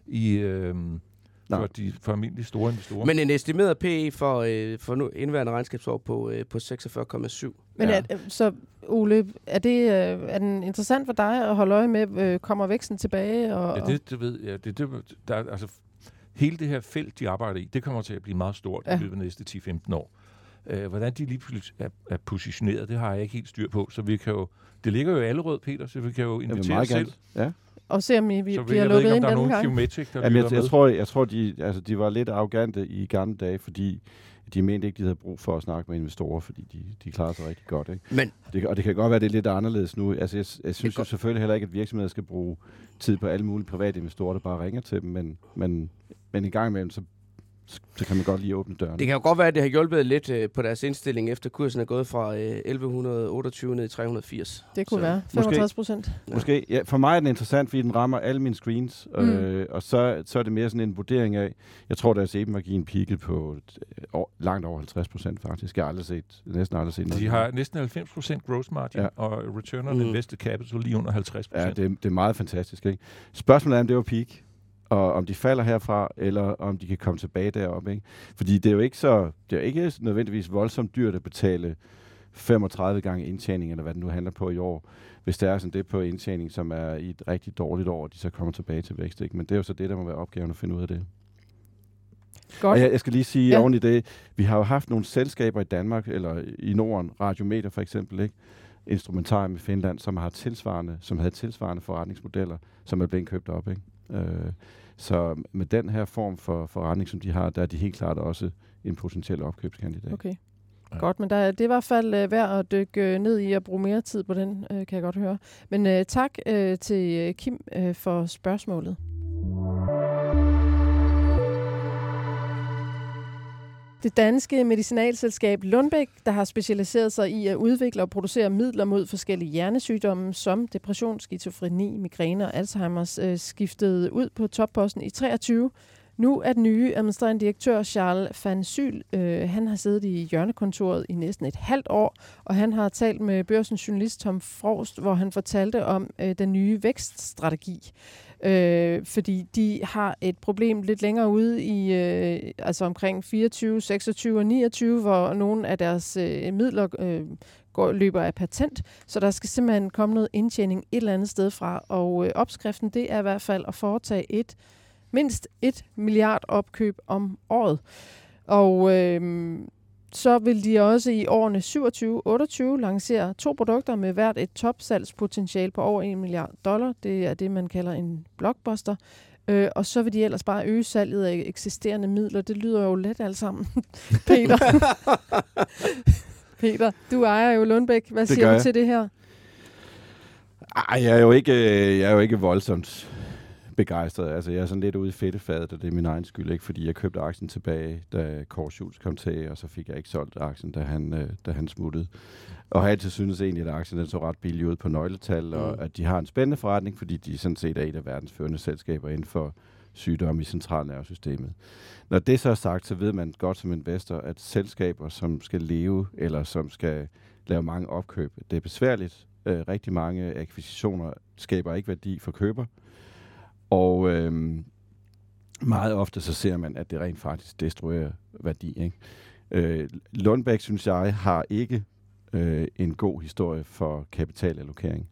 for almindelige store investorer. Men en estimeret PE for nu indværende regnskabsår på 46,7. Men så Ole, er den interessant for dig at holde øje med, kommer væksten tilbage? Og, ja, det ved jeg. Der, altså, hele det her felt, de arbejder i, det kommer til at blive meget stort i løbet af næste 10-15 år. Hvordan de lige pludselig er positioneret, det har jeg ikke helt styr på. Så vi kan jo, det ligger jo i Allerød, Peter, så vi kan jo invitere selv. Ja. Og se om vi bliver lukket ind denne gang. Chemometec, jeg tror de var lidt arrogante i gamle dage, fordi de mente ikke, de havde brug for at snakke med investorer, fordi de klarer sig rigtig godt. Ikke? Men det kan godt være, det er lidt anderledes nu. Altså, jeg synes jo selvfølgelig heller ikke, at virksomheder skal bruge tid på alle mulige private investorer, der bare ringer til dem, men en gang imellem, så så kan man godt lige åbne døren. Det kan jo godt være, at det har hjulpet lidt på deres indstilling, efter kursen er gået fra 1128 ned i 380. Det kunne være 65%. Måske. Ja, for mig er den interessant, fordi den rammer alle mine screens, og så er det mere sådan en vurdering af, jeg tror, deres EBIT-margin peakede på langt over 50% faktisk. Jeg har næsten aldrig set noget. De har næsten 90% gross margin, og return on invested capital lige under 50%. Ja, det er meget fantastisk, ikke? Spørgsmålet er, om det var peak, og om de falder herfra, eller om de kan komme tilbage deroppe, ikke? Fordi det er jo ikke nødvendigvis voldsomt dyrt at betale 35 gange indtjening, eller hvad det nu handler på i år, hvis det er sådan det på indtjening, som er i et rigtig dårligt år, de så kommer tilbage til vækst, ikke? Men det er jo så det, der må være opgaven at finde ud af det. Godt. Og jeg skal lige sige oven i det, vi har jo haft nogle selskaber i Danmark, eller i Norden, Radiometer for eksempel, ikke? Instrumentarium i Finland, som havde tilsvarende forretningsmodeller, som er blevet købt op, ikke? Så med den her form for forretning, som de har, der er de helt klart også en potentiel opkøbskandidat. Okay. Ja. Godt, men det er i hvert fald værd at dykke ned i at bruge mere tid på den, kan jeg godt høre. Men tak til Kim for spørgsmålet. Det danske medicinalselskab Lundbeck, der har specialiseret sig i at udvikle og producere midler mod forskellige hjernesygdomme som depression, skizofreni, migræne og Alzheimer's, skiftede ud på topposten i 23. Nu er den nye administrerende direktør Charles van Zyl, han har siddet i hjørnekontoret i næsten et halvt år, og han har talt med Børsens journalist Tom Frost, hvor han fortalte om den nye vækststrategi. Fordi de har et problem lidt længere ude i altså omkring 24, 26 og 29, hvor nogle af deres midler løber af patent, så der skal simpelthen komme noget indtjening et eller andet sted fra, og opskriften det er i hvert fald at foretage mindst 1 milliard opkøb om året. Og så vil de også i årene 27-28 lancere 2 produkter med hvert et topsalgspotentiale på over $1 milliard. Det er det, man kalder en blockbuster. Og så vil de ellers bare øge salget af eksisterende midler. Det lyder jo let alt sammen. Peter, du ejer jo Lundbeck. Hvad siger du til det her? Jeg er jo ikke voldsomt begejstret. Altså, jeg er sådan lidt ude i fedtefadet, og det er min egen skyld, ikke? Fordi jeg købte aktien tilbage, da Kåre Schultz kom til, og så fik jeg ikke solgt aktien, da han smuttede. Og jeg altid synes egentlig, at aktien så ret billig ud på nøgletal, og at de har en spændende forretning, fordi de sådan set er et af verdens førende selskaber inden for sygdomme i centralnervesystemet. Når det så er sagt, så ved man godt som investor, at selskaber, som skal leve, eller som skal lave mange opkøb, det er besværligt. Rigtig mange akquisitioner skaber ikke værdi for køber. Og meget ofte så ser man, at det rent faktisk destruerer værdi, ikke? Lundbeck, synes jeg, har ikke en god historie for kapitalallokering.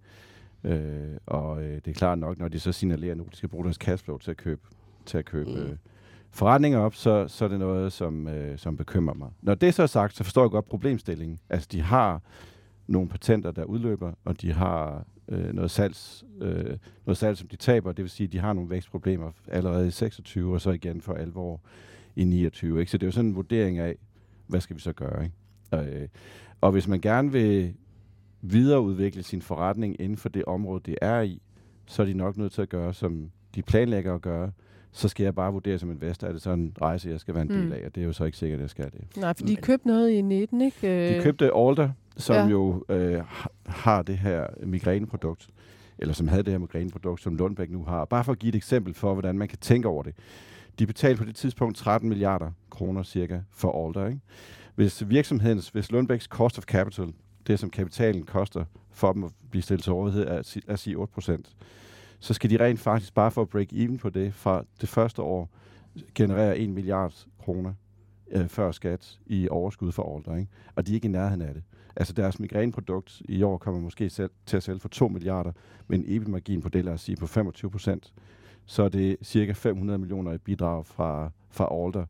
Og det er klart nok, når de så signalerer nu, at de skal bruge deres cashflow til at købe forretninger op, så er det noget, som bekymrer mig. Når det så er sagt, så forstår jeg godt problemstillingen. Altså, de har nogle patenter, der udløber, og de har noget salg, som de taber. Det vil sige, at de har nogle vækstproblemer allerede i 26, og så igen for alvor i 29. Ikke? Så det er jo sådan en vurdering af, hvad skal vi så gøre? Ikke? Og hvis man gerne vil videreudvikle sin forretning inden for det område, det er i, så er de nok nødt til at gøre, som de planlægger at gøre. Så skal jeg bare vurdere som investor, er det sådan en rejse, jeg skal være en del af, og det er jo så ikke sikkert, at jeg skal det. Nej, for de købte noget i 19, ikke? De købte Alder, som jo har det her migræneprodukt, eller som havde det her migræneprodukt, som Lundbeck nu har. Bare for at give et eksempel for, hvordan man kan tænke over det. De betalte på det tidspunkt 13 milliarder kroner cirka for Alder, ikke? Hvis Lundbecks cost of capital, det som kapitalen koster for dem at blive stillet til rådighed, er at sige 8%, så skal de rent faktisk bare for at break even på det fra det første år generere 1 milliard kroner før skat i overskud for Alder, ikke? Og de er ikke i nærheden af det. Altså deres migræneprodukt i år kommer måske til at sælge for 2 milliarder, med en EBIT-margin på det, lad os sige, på 25%. Så er det cirka 500 millioner i bidrag fra Alder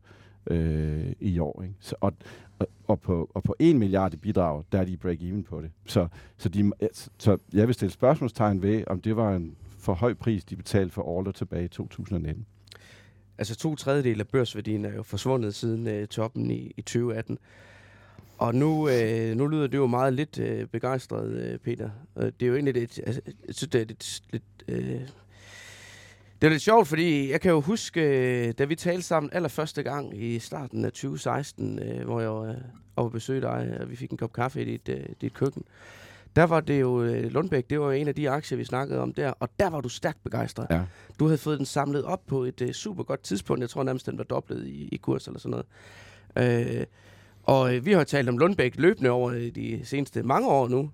i år, ikke? Og på 1 milliard i bidrag, der er de break-even på det. Så jeg vil stille spørgsmålstegn ved, om det var en for høj pris, de betalte for Alder tilbage i 2019. Altså 2/3 af børsværdien er jo forsvundet siden toppen i 2018. Og nu lyder det jo meget lidt begejstret, Peter. Det er jo egentlig jeg synes, det er Det er lidt sjovt, fordi jeg kan jo huske, da vi talte sammen allerførste gang i starten af 2016, hvor jeg var oppe og besøgte dig, og vi fik en kop kaffe i dit køkken. Der var det jo Lundbeck, det var jo en af de aktier, vi snakkede om der, og der var du stærkt begejstret. Ja. Du havde fået den samlet op på et super godt tidspunkt. Jeg tror nærmest, den var doblet i kurs eller sådan noget. Og vi har talt om Lundbeck løbende over de seneste mange år nu.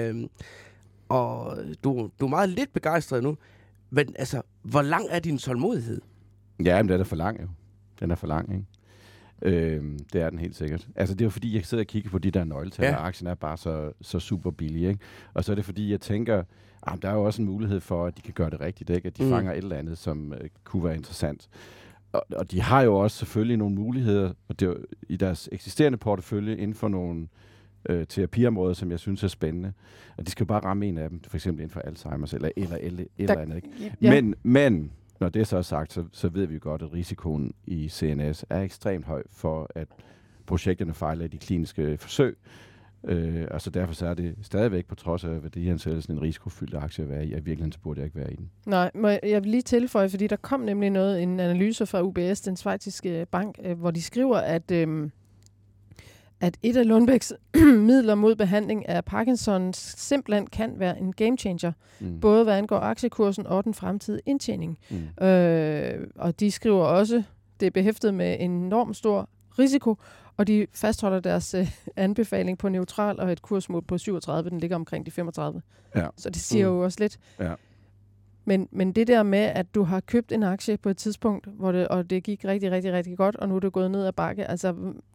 Og du er meget lidt begejstret nu. Men altså, hvor lang er din tålmodighed? Ja, men den er for lang jo. Den er for lang, ikke? Det er den helt sikkert. Altså, det er jo fordi, jeg sidder og kigger på de der nøgletal, og aktien er bare så super billig, ikke? Og så er det fordi, jeg tænker, der er jo også en mulighed for, at de kan gøre det rigtigt, ikke? At de fanger et eller andet, som kunne være interessant. Og de har jo også selvfølgelig nogle muligheder og det i deres eksisterende portefølje inden for nogle terapiområder, som jeg synes er spændende. Og de skal bare ramme en af dem, for eksempel inden for Alzheimer's eller andet. Ikke? Ja. Men når det så er sagt, så ved vi jo godt, at risikoen i CNS er ekstremt høj for, at projekterne fejler i de kliniske forsøg. Og så derfor så er det stadigvæk, på trods af værdiansættelsen, en risikofyldt aktie at være i. I virkeligheden burde jeg ikke være i den. Nej, jeg vil lige tilføje, fordi der kom nemlig en analyse fra UBS, den schweiziske bank, hvor de skriver, at et af Lundbecks midler mod behandling af Parkinson simpelthen kan være en game changer. Både hvad angår aktiekursen og den fremtidige indtjening. Og de skriver også, det er behæftet med en enormt stor risiko, og de fastholder deres anbefaling på neutral og et kursmål på 37, den ligger omkring de 35. Ja. Så det siger jo også lidt. Ja. Men det der med, at du har købt en aktie på et tidspunkt, hvor det gik rigtig, rigtig, rigtig godt, og nu er det gået ned ad bakke, altså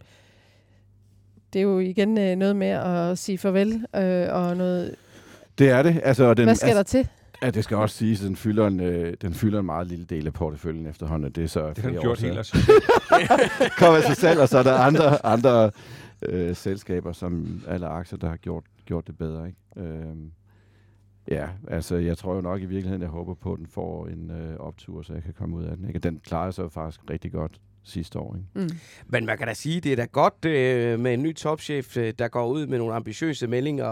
det er jo igen noget med at sige farvel og noget. Det er det. Altså, hvad skal der til? Ja, det skal også siges, at den fylder en meget lille del af porteføljen efterhånden. Det er så det har den gjort helt altså. Kommer til salg, og så er der andre selskaber, som alle aktier, der har gjort det bedre. Ikke? Ja, altså jeg tror jo nok i virkeligheden, jeg håber på, at den får en optur, så jeg kan komme ud af den. Ikke? Den klarer sig faktisk rigtig godt sidste år. Ikke? Men man kan da sige, det er da godt med en ny topchef, der går ud med nogle ambitiøse meldinger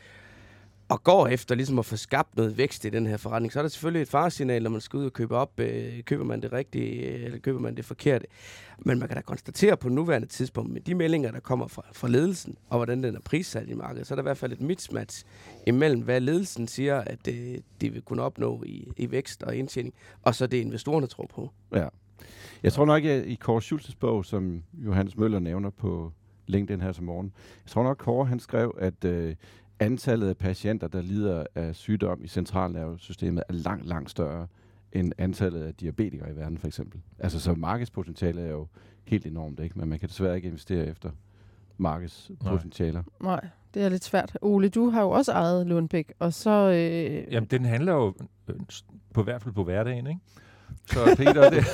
og går efter ligesom at få skabt noget vækst i den her forretning. Så er der selvfølgelig et faresignal, når man skal ud og købe op. Køber man det rigtige, eller køber man det forkerte? Men man kan da konstatere på nuværende tidspunkt, med de meldinger, der kommer fra ledelsen, og hvordan den er prissat i markedet, så er der i hvert fald et mismatch imellem, hvad ledelsen siger, at de vil kunne opnå i vækst og indtjening, og så det investorerne tror på. Ja. Jeg tror nok, at i Kåre Schultzes bog, som Johannes Møller nævner på LinkedIn her til morgen, jeg tror nok, Kåre han skrev, at antallet af patienter, der lider af sygdom i centralnervesystemet, er langt, langt større end antallet af diabetikere i verden, for eksempel. Altså, så markedspotentialet er jo helt enormt, ikke? Men man kan desværre ikke investere efter markedspotentialer. Nej, det er lidt svært. Ole, du har jo også ejet Lundbeck, og så... Jamen, den handler jo på hvert fald på hverdagen, ikke? Så Peter, det...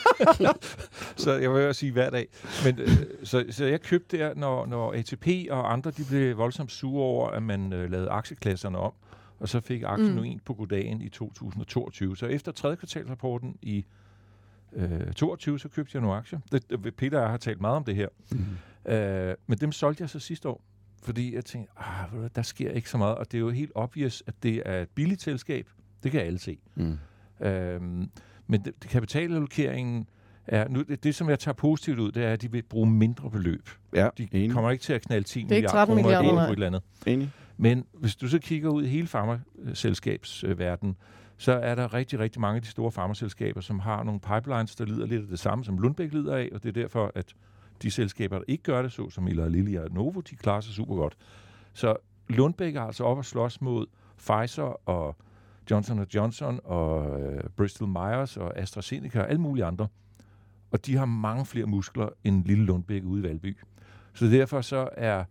så jeg vil jo sige hver dag. Men, så jeg købte der, når ATP og andre de blev voldsomt sure over, at man lavede aktieklasserne om, og så fik aktien nu en på goddagen i 2022. Så efter tredje kvartalsrapporten i 22, så købte jeg nogle aktier. Peter og jeg har talt meget om det her. Men dem solgte jeg så sidste år, fordi jeg tænkte, der sker ikke så meget, og det er jo helt obvious, at det er et billigt selskab. Det kan alle se. Men kapitalallokeringen er nu det, som jeg tager positivt ud, det er, at de vil bruge mindre beløb. Ja, de kommer ikke til at knalde 10 milliarder kroner på et eller andet. Enig. Men hvis du så kigger ud i hele farmaselskabsverdenen, så er der rigtig, rigtig mange af de store farmaselskaber, som har nogle pipelines, der lider lidt af det samme, som Lundbeck lider af, og det er derfor, at de selskaber, der ikke gør det, så som Eli Lilly og Novo, de klarer sig super godt. Så Lundbeck er altså op at slås mod Pfizer og Johnson & Johnson og Bristol Myers og AstraZeneca og alle mulige andre. Og de har mange flere muskler end lille Lundbeck ude i Valby. Så derfor så er...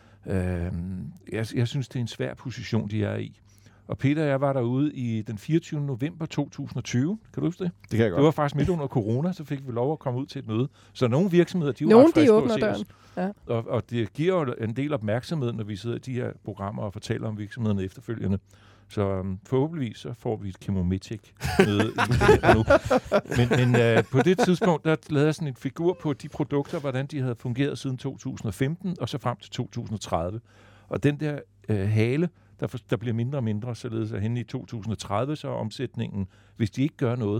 jeg synes, det er en svær position, de er i. Og Peter og jeg var derude i den 24. november 2020. Kan du huske det? Det kan jeg godt. Det var faktisk midt under corona, så fik vi lov at komme ud til et møde. Så nogle virksomheder, de er jo ret friske på at se døren. Ja. Og det giver jo en del opmærksomhed, når vi sidder i de her programmer og fortæller om virksomhederne efterfølgende. Så forhåbentligvis så får vi et Chemometic-møde nu. Men på det tidspunkt, der lavede jeg sådan en figur på de produkter, hvordan de havde fungeret siden 2015 og så frem til 2030. Og den der hale, der bliver mindre og mindre, således at henne i 2030 så er omsætningen, hvis de ikke gør noget,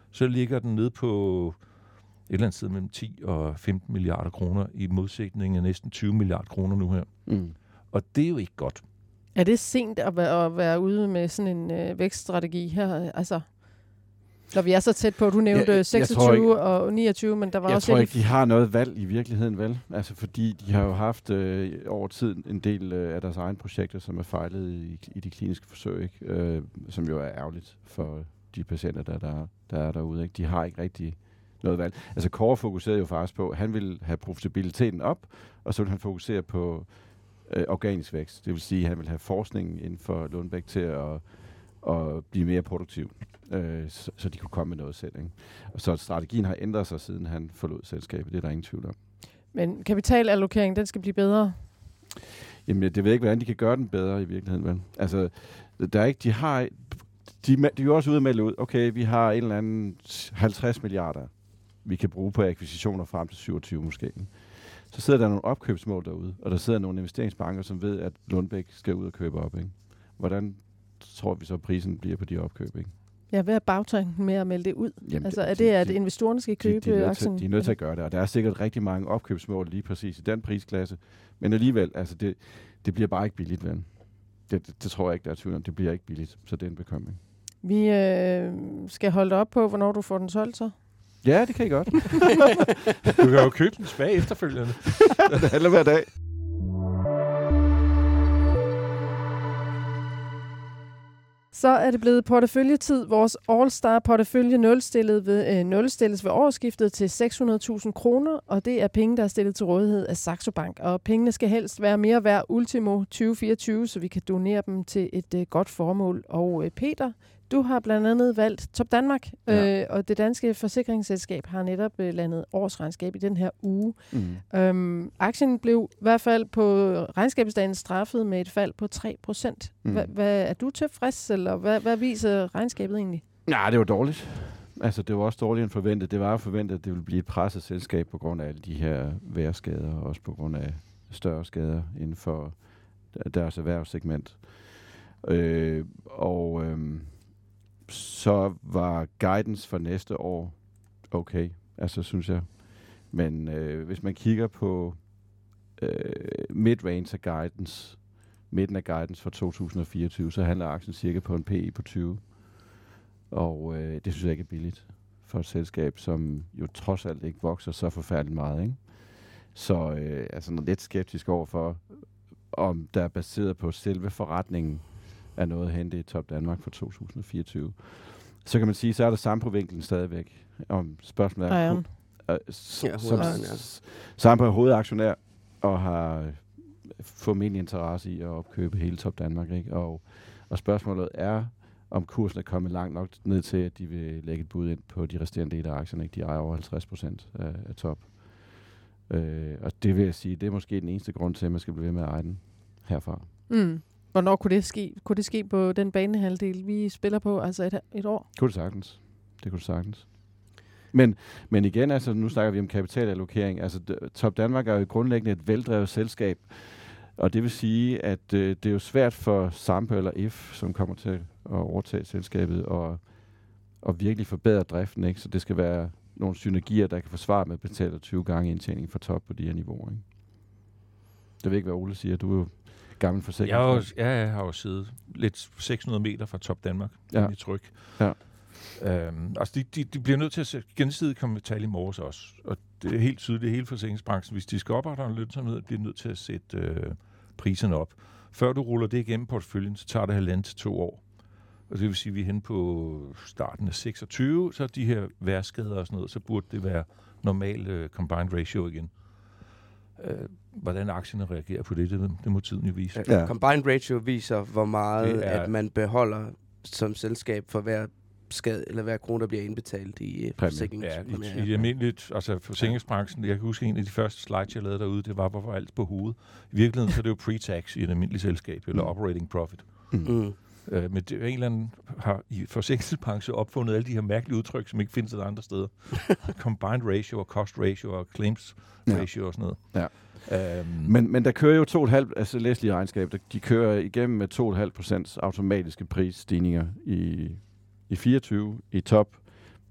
så ligger den nede på et eller andet sted mellem 10 og 15 milliarder kroner i modsætning af næsten 20 milliarder kroner nu her. Mm. Og det er jo ikke godt. Er det sent at være ude med sådan en vækststrategi her? Altså, når vi er så tæt på, du nævnte 26 og 29, men der var også... Jeg tror ikke, de har noget valg i virkeligheden, vel? Altså, fordi de har jo haft over tid en del af deres egne projekter, som er fejlet i de kliniske forsøg, ikke? Som jo er ærgerligt for de patienter, der er derude, ikke? De har ikke rigtig noget valg. Altså, Kåre fokuserede jo faktisk på, at han ville have profitabiliteten op, og så ville han fokusere på organisk vækst. Det vil sige, at han vil have forskningen inden for Lundbeck til at blive mere produktiv, så de kunne komme med noget selv. Ikke? Og så strategien har ændret sig, siden han forlod selskabet. Det er der ingen tvivl om. Men kapitalallokering, den skal blive bedre? Jamen, det ved jeg ikke, hvordan de kan gøre den bedre i virkeligheden. Vel? Altså, der er ikke, de er jo også ude at melde ud, okay, vi har en eller anden 50 milliarder, vi kan bruge på akquisitioner frem til 27 måske. Så sidder der nogle opkøbsmål derude, og der sidder nogle investeringsbanker, som ved, at Lundbeck skal ud og købe op. Ikke? Hvordan tror vi så, prisen bliver på de opkøb? Ikke? Ja, hvad er bagtanken med at melde det ud? Jamen, altså, er det, at investorerne skal købe aktien? De er nødt til at gøre det, og der er sikkert rigtig mange opkøbsmål lige præcis i den prisklasse. Men alligevel, altså det bliver bare ikke billigt, ven. Det tror jeg ikke, der er tvivl om. Det bliver ikke billigt, så det er en bekymring. Vi skal holde op på, hvornår du får den solgt så? Ja, det kan I godt. Du kan jo købe den tilbage efterfølgende. Det handler hver dag. Så er det blevet porteføljetid. Vores All-Star portefølje nulstilles ved årsskiftet til 600.000 kroner, og det er penge, der er stillet til rådighed af Saxo Bank. Og pengene skal helst være mere værd ultimo 2024, så vi kan donere dem til et godt formål. Og Peter, du har blandt andet valgt Topdanmark, og det danske forsikringsselskab har netop landet årsregnskab i den her uge. Aktien blev i hvert fald på regnskabsdagen straffet med et fald på 3%. Er du tilfreds, eller hvad viser regnskabet egentlig? Nej, det var dårligt. Altså, det var også dårligt end forventet. Det var forventet, at det ville blive et presset selskab på grund af alle de her vejrskader, og også på grund af større skader inden for deres erhvervssegment. Så var guidance for næste år okay, altså synes jeg. Men hvis man kigger på mid-range af guidance, midten af guidance for 2024, så handler aktien cirka på en PE på 20. Og det synes jeg ikke er billigt for et selskab, som jo trods alt ikke vokser så forfærdeligt meget. Ikke? Så altså lidt skeptisk overfor, om der er baseret på selve forretningen, er noget at hente i Topdanmark for 2024. Så kan man sige, så er der samme på vinklen stadigvæk. Om spørgsmålet er, Sampo er hovedaktionær og har formentlig interesse i at opkøbe hele Topdanmark. Ikke? Og spørgsmålet er, om kursen er kommet langt nok ned til, at de vil lægge et bud ind på de resterende dele af aktierne. Ikke? De ejer over 50% af Top. Og det vil jeg sige, det er måske den eneste grund til, at man skal blive ved med at eje den herfra. Hvornår kunne det ske? Kunne det ske på den banehalvdel, vi spiller på, altså et år? Det kunne det sagtens. Men igen, altså, nu snakker vi om kapitalallokering. Altså, Topdanmark er jo grundlæggende et veldrevet selskab, og det vil sige, at det er jo svært for Sampo eller If, som kommer til at overtage selskabet, og virkelig forbedre driften. Ikke? Så det skal være nogle synergier, der kan forsvare med at betale 20 gange indtjening for Top på de her niveauer. Ikke? Det ved ikke, hvad Ole siger. Du er jo gammel forsikring. Jeg har jo siddet lidt 600 meter fra Topdanmark i tryk. Ja. Altså de bliver nødt til at gensidigt komme med tal i morges også. Og det er helt tydeligt, hele forsikringsbranchen, hvis de skal opretholde en lønsomhed, bliver nødt til at sætte priserne op. Før du ruller det igennem porteføljen, så tager det 1,5 til 2 år. Og det vil sige, at vi er henne på starten af 26, så de her vejrskader og sådan noget, så burde det være normal combined ratio igen. Hvordan aktierne reagerer på det må tiden jo vise. Ja. Combined ratio viser, hvor meget at man beholder som selskab for hver skade, eller hver krone, der bliver indbetalt i forsikringspræmier. I almindeligt, altså forsikringsbranchen, jeg kan huske en af de første slides, jeg lavede derude, det var, hvorfor alt på hovedet. I virkeligheden så er det jo pre-tax i et almindeligt selskab, eller operating profit. Men det er en eller anden har i forsikringsbranchen opfundet alle de her mærkelige udtryk, som ikke findes andre steder. Combined ratio og cost ratio og claims ratio og sådan noget. Ja. Men der kører jo 2,5, altså læs lige regnskab, de kører igennem med 2,5% automatiske prisstigninger i 24 i Top.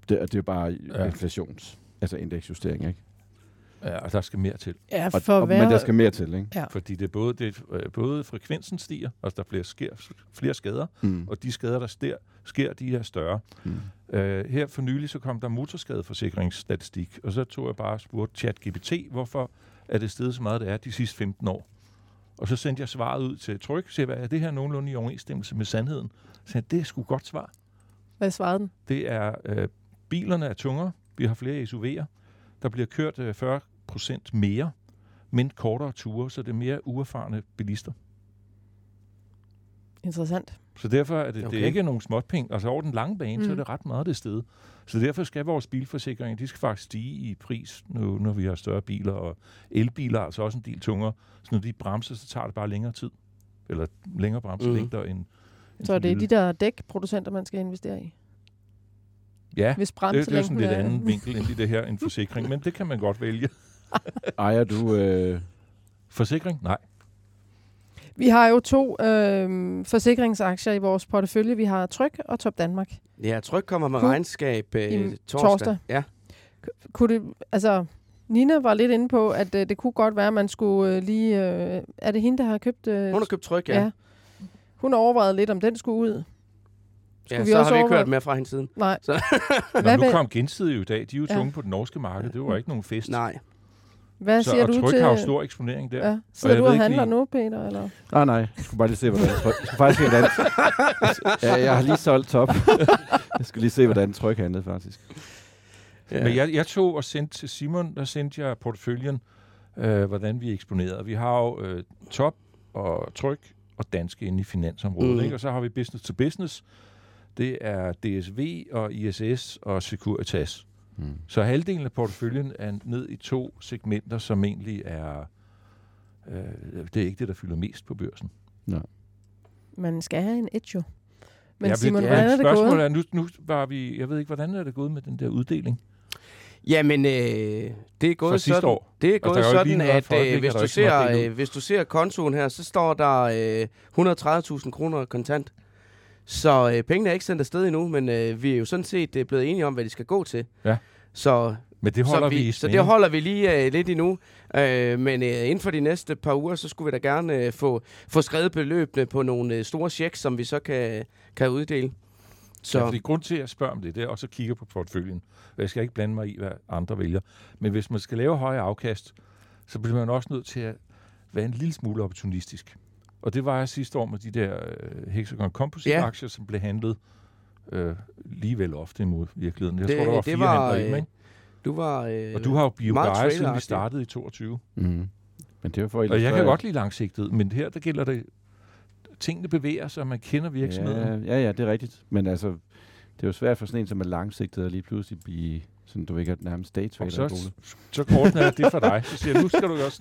Det er bare altså indeksjustering, ikke? Ja, og der skal mere til. Ja, Men der skal mere til, ikke? Ja. Fordi det er både frekvensen stiger, og der bliver flere skader, og de skader, der sker, de er større. Her for nylig, så kom der motorskadeforsikringsstatistik, og så tog jeg bare og spurgte ChatGPT, hvorfor er det steget så meget, det er de sidste 15 år. Og så sendte jeg svaret ud til Tryg, så er det her nogenlunde i overensstemmelse med sandheden? Så sagde, det er sgu godt svar. Hvad svarede den? Det er, bilerne er tungere, vi har flere SUV'er, der bliver kørt 40% mere, men kortere ture, så det er mere uerfarne bilister. Interessant. Så derfor er det er ikke nogen småtpenge. Altså over den lange bane, så er det ret meget det sted. Så derfor skal vores bilforsikringer, de skal faktisk stige i pris, nu, når vi har større biler, og elbiler er altså også en del tungere. Så når de bremser, så tager det bare længere tid. Eller længere bremselængder end så det er de der dækproducenter, man skal investere i? Ja, hvis det er sådan lidt anden vinkel end i det her, en forsikring. Men det kan man godt vælge. Ejer du forsikring? Nej. Vi har jo 2 forsikringsaktier i vores portefølje. Vi har Tryg og Top Danmark. Ja, Tryg kommer med regnskab torsdag. Ja. Kunne det, altså, Nina var lidt inde på, at det kunne godt være, at man skulle lige... er det hende, der har købt... Hun har købt Tryg, ja. Hun overvejede lidt, om den skulle ud. Ja, så har vi ikke hørt mere fra hende siden. Nej. Nu kom Gensidige i dag. De er jo tunge på det norske marked. Det var ikke nogen fest. Nej. Hvad siger du til... Og Tryg har jo stor eksponering der. Ja. Sidder du og handler nu, Peter? Eller? Nej. Jeg skulle bare lige se, hvordan Tryg... faktisk jeg har lige solgt Top. Jeg skal lige se, hvordan Tryg handlede, faktisk. Ja. Men jeg tog og sendte til Simon, der sendte jeg porteføljen, hvordan vi er eksponeret. Vi har jo Top og Tryg og Danske inde i finansområdet. Ikke? Og så har vi business to business. Det er DSV og ISS og Securitas. Så halvdelen af porteføljen er ned i 2 segmenter, som egentlig er... det er ikke det, der fylder mest på børsen. Nej. Man skal have en edge, jo. Men Simon, hvordan er det gået? Nu var vi... Jeg ved ikke, hvordan er det gået med den der uddeling? Jamen, det er gået sådan, år. Det er gået sådan, at hvis du ser kontoen her, så står der 130.000 kroner kontant. Så pengene er ikke sendt afsted endnu, men vi er jo sådan set blevet enige om, hvad de skal gå til. Ja. Men det holder vi i så det holder vi lige lidt endnu. Men inden for de næste par uger, så skulle vi da gerne få skrevet beløbene på nogle store checks, som vi så kan uddele. Så. Ja, fordi grund til, at jeg spørger om det er også at kigge på porteføljen. Jeg skal ikke blande mig i, hvad andre vælger. Men hvis man skal lave høje afkast, så bliver man også nødt til at være en lille smule opportunistisk. Og det var jeg sidste år med de der Hexagon Composite-aktier, som blev handlet lige vel ofte imod virkeligheden. Jeg tror, der var 4 handler i dem, ikke? Og du har jo BioGaia, siden vi startede i 22. Men det var for og jeg kan godt lide langsigtet, men her der gælder det, tingene bevæger sig, og man kender virksomheden. Ja, det er rigtigt. Men altså, det er jo svært for sådan en, som er langsigtet, og lige pludselig blive sådan, du ikke er nærmest daytrader. Så korten er det for dig. Så siger nu skal du også...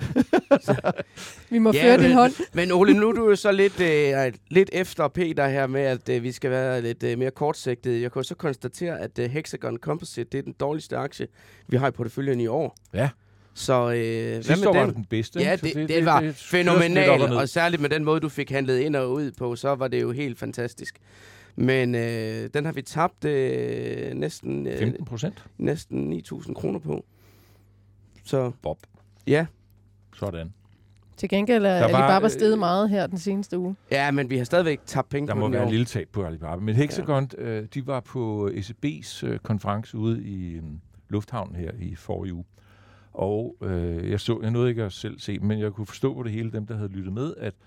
Vi må føre din hånd. Men Ole, nu er du jo så lidt efter Peter her med, at vi skal være lidt mere kortsigtede. Jeg kan så konstatere, at Hexagon Composite, det er den dårligste aktie, vi har i porteføljen i år. Ja. Så sidste år var det den bedste. Ja, det var fænomenalt, og særligt med den måde, du fik handlet ind og ud på, så var det jo helt fantastisk. Men den har vi tabt næsten... 15%? Næsten 9.000 kroner på. Så... Bob. Ja. Sådan. Til gengæld er Alibaba steget meget her den seneste uge. Ja, men vi har stadigvæk tabt penge på den. Der må være en lille tab på Alibaba. Men Hexagon, de var på ECB's konference ude i lufthavnen her i forrige uge. Og jeg nåede ikke at selv se, men jeg kunne forstå på det hele, dem der havde lyttet med, at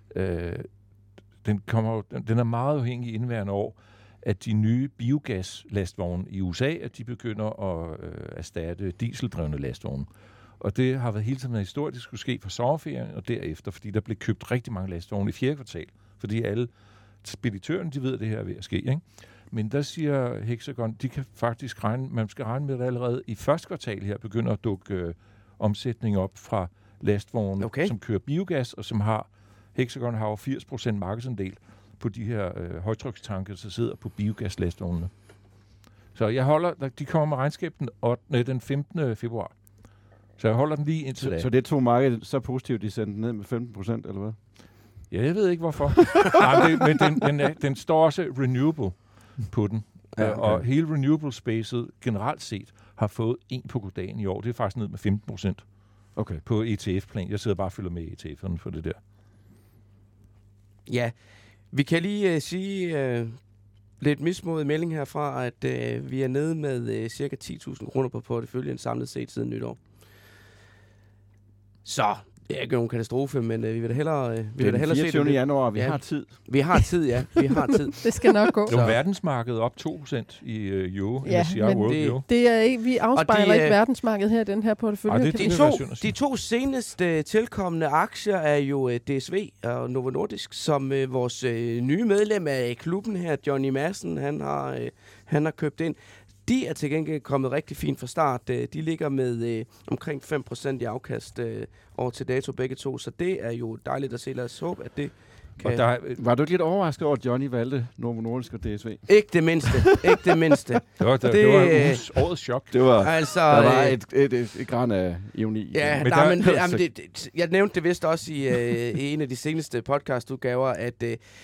den er meget afhængig indværende år, at de nye biogaslastvogne i USA, at de begynder at erstatte dieseldrevne lastvogne. Og det har været hele tiden en historie, det skulle ske fra sommerferien og derefter, fordi der blev købt rigtig mange lastvogne i 4. kvartal, fordi alle speditørerne, de ved, at det her er ved at ske, ikke? Men der siger Hexagon, de kan faktisk man skal regne med, at allerede i 1. kvartal her begynder at dukke omsætning op fra lastvogne, som kører biogas, og som Hexagon har jo 80% markedsandel på de her højtrykstanke, der sidder på biogaslastvogene. Så de kommer med regnskab den 15. februar. Så jeg holder den lige indtil da. Så det tog markedet så positivt, de sendte ned med 15%, eller hvad? Ja, jeg ved ikke hvorfor. Men den står også renewable på den. Ja, Og hele renewable-spacet generelt set har fået 1 på goddagen i år. Det er faktisk ned med 15% Okay. på ETF-plan. Jeg sidder bare og følger med ETF'erne for det der. Ja, vi kan lige sige lidt mismodet melding herfra, at vi er nede med cirka 10.000 kroner på porteføljen samlet set siden nytår. Så det er ikke nogen katastrofe, men vi vil da hellere, se det. 24. januar, vi har tid. Vi har tid, ja. Vi har tid. Det skal nok gå. Nu er verdensmarkedet op 2% i euro. Ja, MSCI men World Euro. Det er ikke, vi afspejler ikke verdensmarkedet her i den her portefølje. De to seneste tilkommende aktier er jo DSV og Novo Nordisk, som vores nye medlem af klubben her, Johnny Madsen, han har købt ind. De er til gengæld kommet rigtig fint fra start. De ligger med omkring 5% i afkast over til dato begge to, så det er jo dejligt at se. Lad os håbe, at det kan... Var du ikke lidt overrasket over, at Johnny valgte Novo Nordisk og DSV? Ikke det mindste. Ikke det mindste. Det var årets chok. Det var, altså, der var et græn af ironi. Ja, jeg nævnte det vist også i en af de seneste podcastudgaver, at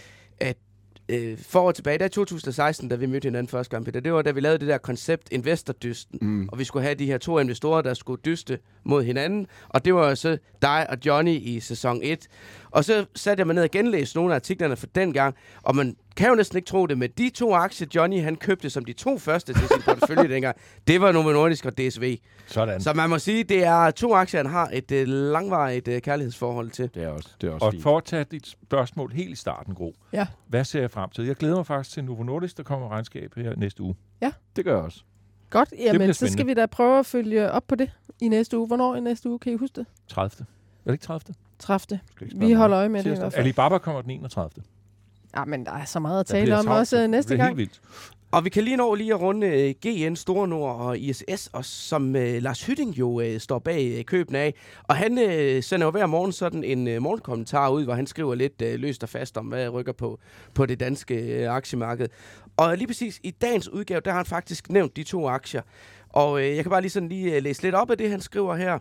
for år tilbage, der i 2016, da vi mødte hinanden første gang, Peter, det var da vi lavede det der koncept investordysten, og vi skulle have de her 2 investorer, der skulle dyste mod hinanden, og det var jo så dig og Johnny i sæson 1. Og så satte jeg mig ned og genlæste nogle af artiklerne fra den gang, og man kan jo næsten ikke tro det, men de 2 aktier, Johnny han købte som de 2 første til sin portefølje dengang, det var Novo Nordisk og DSV. Sådan. Så man må sige, det er 2 aktier, han har et langvarigt kærlighedsforhold til. Det er også og fint. for at tage dit spørgsmål helt i starten, Gro. Ja. Hvad ser jeg frem til? Jeg glæder mig faktisk til Novo Nordisk, der kommer regnskab her næste uge. Ja. Det gør jeg også. Godt, jamen så spændende. skal vi da prøve at følge op på det i næste uge. Hvornår i næste uge, kan I huske det? 30. Er det ikke 30? 30. Vi holder øje med det i hvert fald. Alibaba kommer den 31. Ja, men der er så meget at tale om også næste gang. Det er helt vildt. Og vi kan lige nå at runde GN, Store Nord og ISS, og som Lars Hytting jo står bag køben af. Og han sender jo hver morgen sådan en morgenkommentar ud, hvor han skriver lidt løst og fast om, hvad rykker på det danske aktiemarked. Og lige præcis i dagens udgave, der har han faktisk nævnt de 2 aktier. Og jeg kan bare lige læse lidt op af det, han skriver her.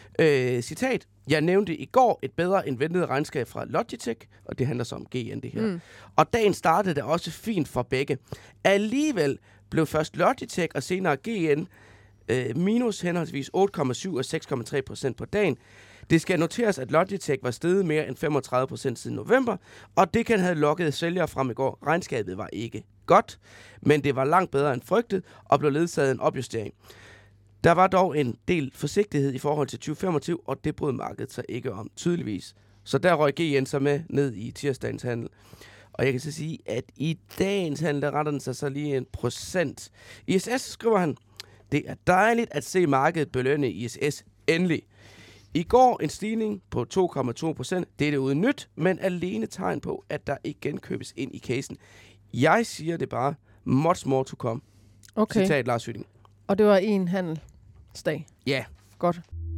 Citat. Jeg nævnte i går et bedre end ventet regnskab fra Logitech, og det handler så om GN det her. Og dagen startede da også fint for begge. Alligevel blev først Logitech og senere GN minus henholdsvis 8,7 og 6,3% på dagen. Det skal noteres, at Logitech var steget mere end 35% siden november, og det kan have lokket sælgere frem i går. Regnskabet var ikke godt, men det var langt bedre end frygtet og blev ledsaget en opjustering. Der var dog en del forsigtighed i forhold til 2025, og det brød markedet sig ikke om tydeligvis. Så der røg GN så med ned i tirsdagens handel. Og jeg kan så sige, at i dagens handel, der retter den sig så lige 1%. ISS skriver han, det er dejligt at se markedet belønne ISS endelig. I går en stigning på 2,2%. Det er det uden nyt, men alene tegn på, at der igen købes ind i casen. Jeg siger det bare, much more to come. Okay. Citat Lars Hytting. Og det var en handelsdag. Ja. Godt.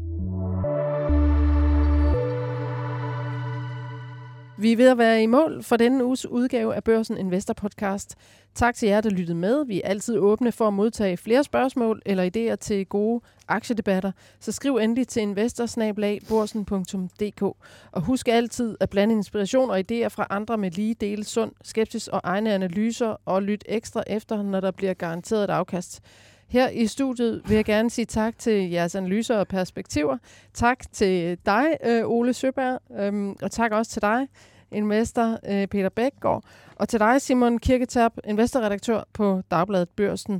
Vi er ved at være i mål for denne uges udgave af Børsen Investor Podcast. Tak til jer, der lyttede med. Vi er altid åbne for at modtage flere spørgsmål eller idéer til gode aktiedebatter. Så skriv endelig til investor@borsen.dk. Og husk altid at blande inspiration og idéer fra andre med lige dele sund skepsis og egne analyser, og lyt ekstra efter, når der bliver garanteret et afkast. Her i studiet vil jeg gerne sige tak til jeres analyser og perspektiver. Tak til dig, Ole Søberg, og tak også til dig, investor Peter Bækgaard, og til dig, Simon Kirketab, investorredaktør på Dagbladet Børsen.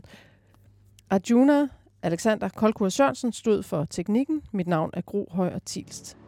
Arjuna Alexander Kolkur Sørensen stod for teknikken. Mit navn er Gro Højer Thielst.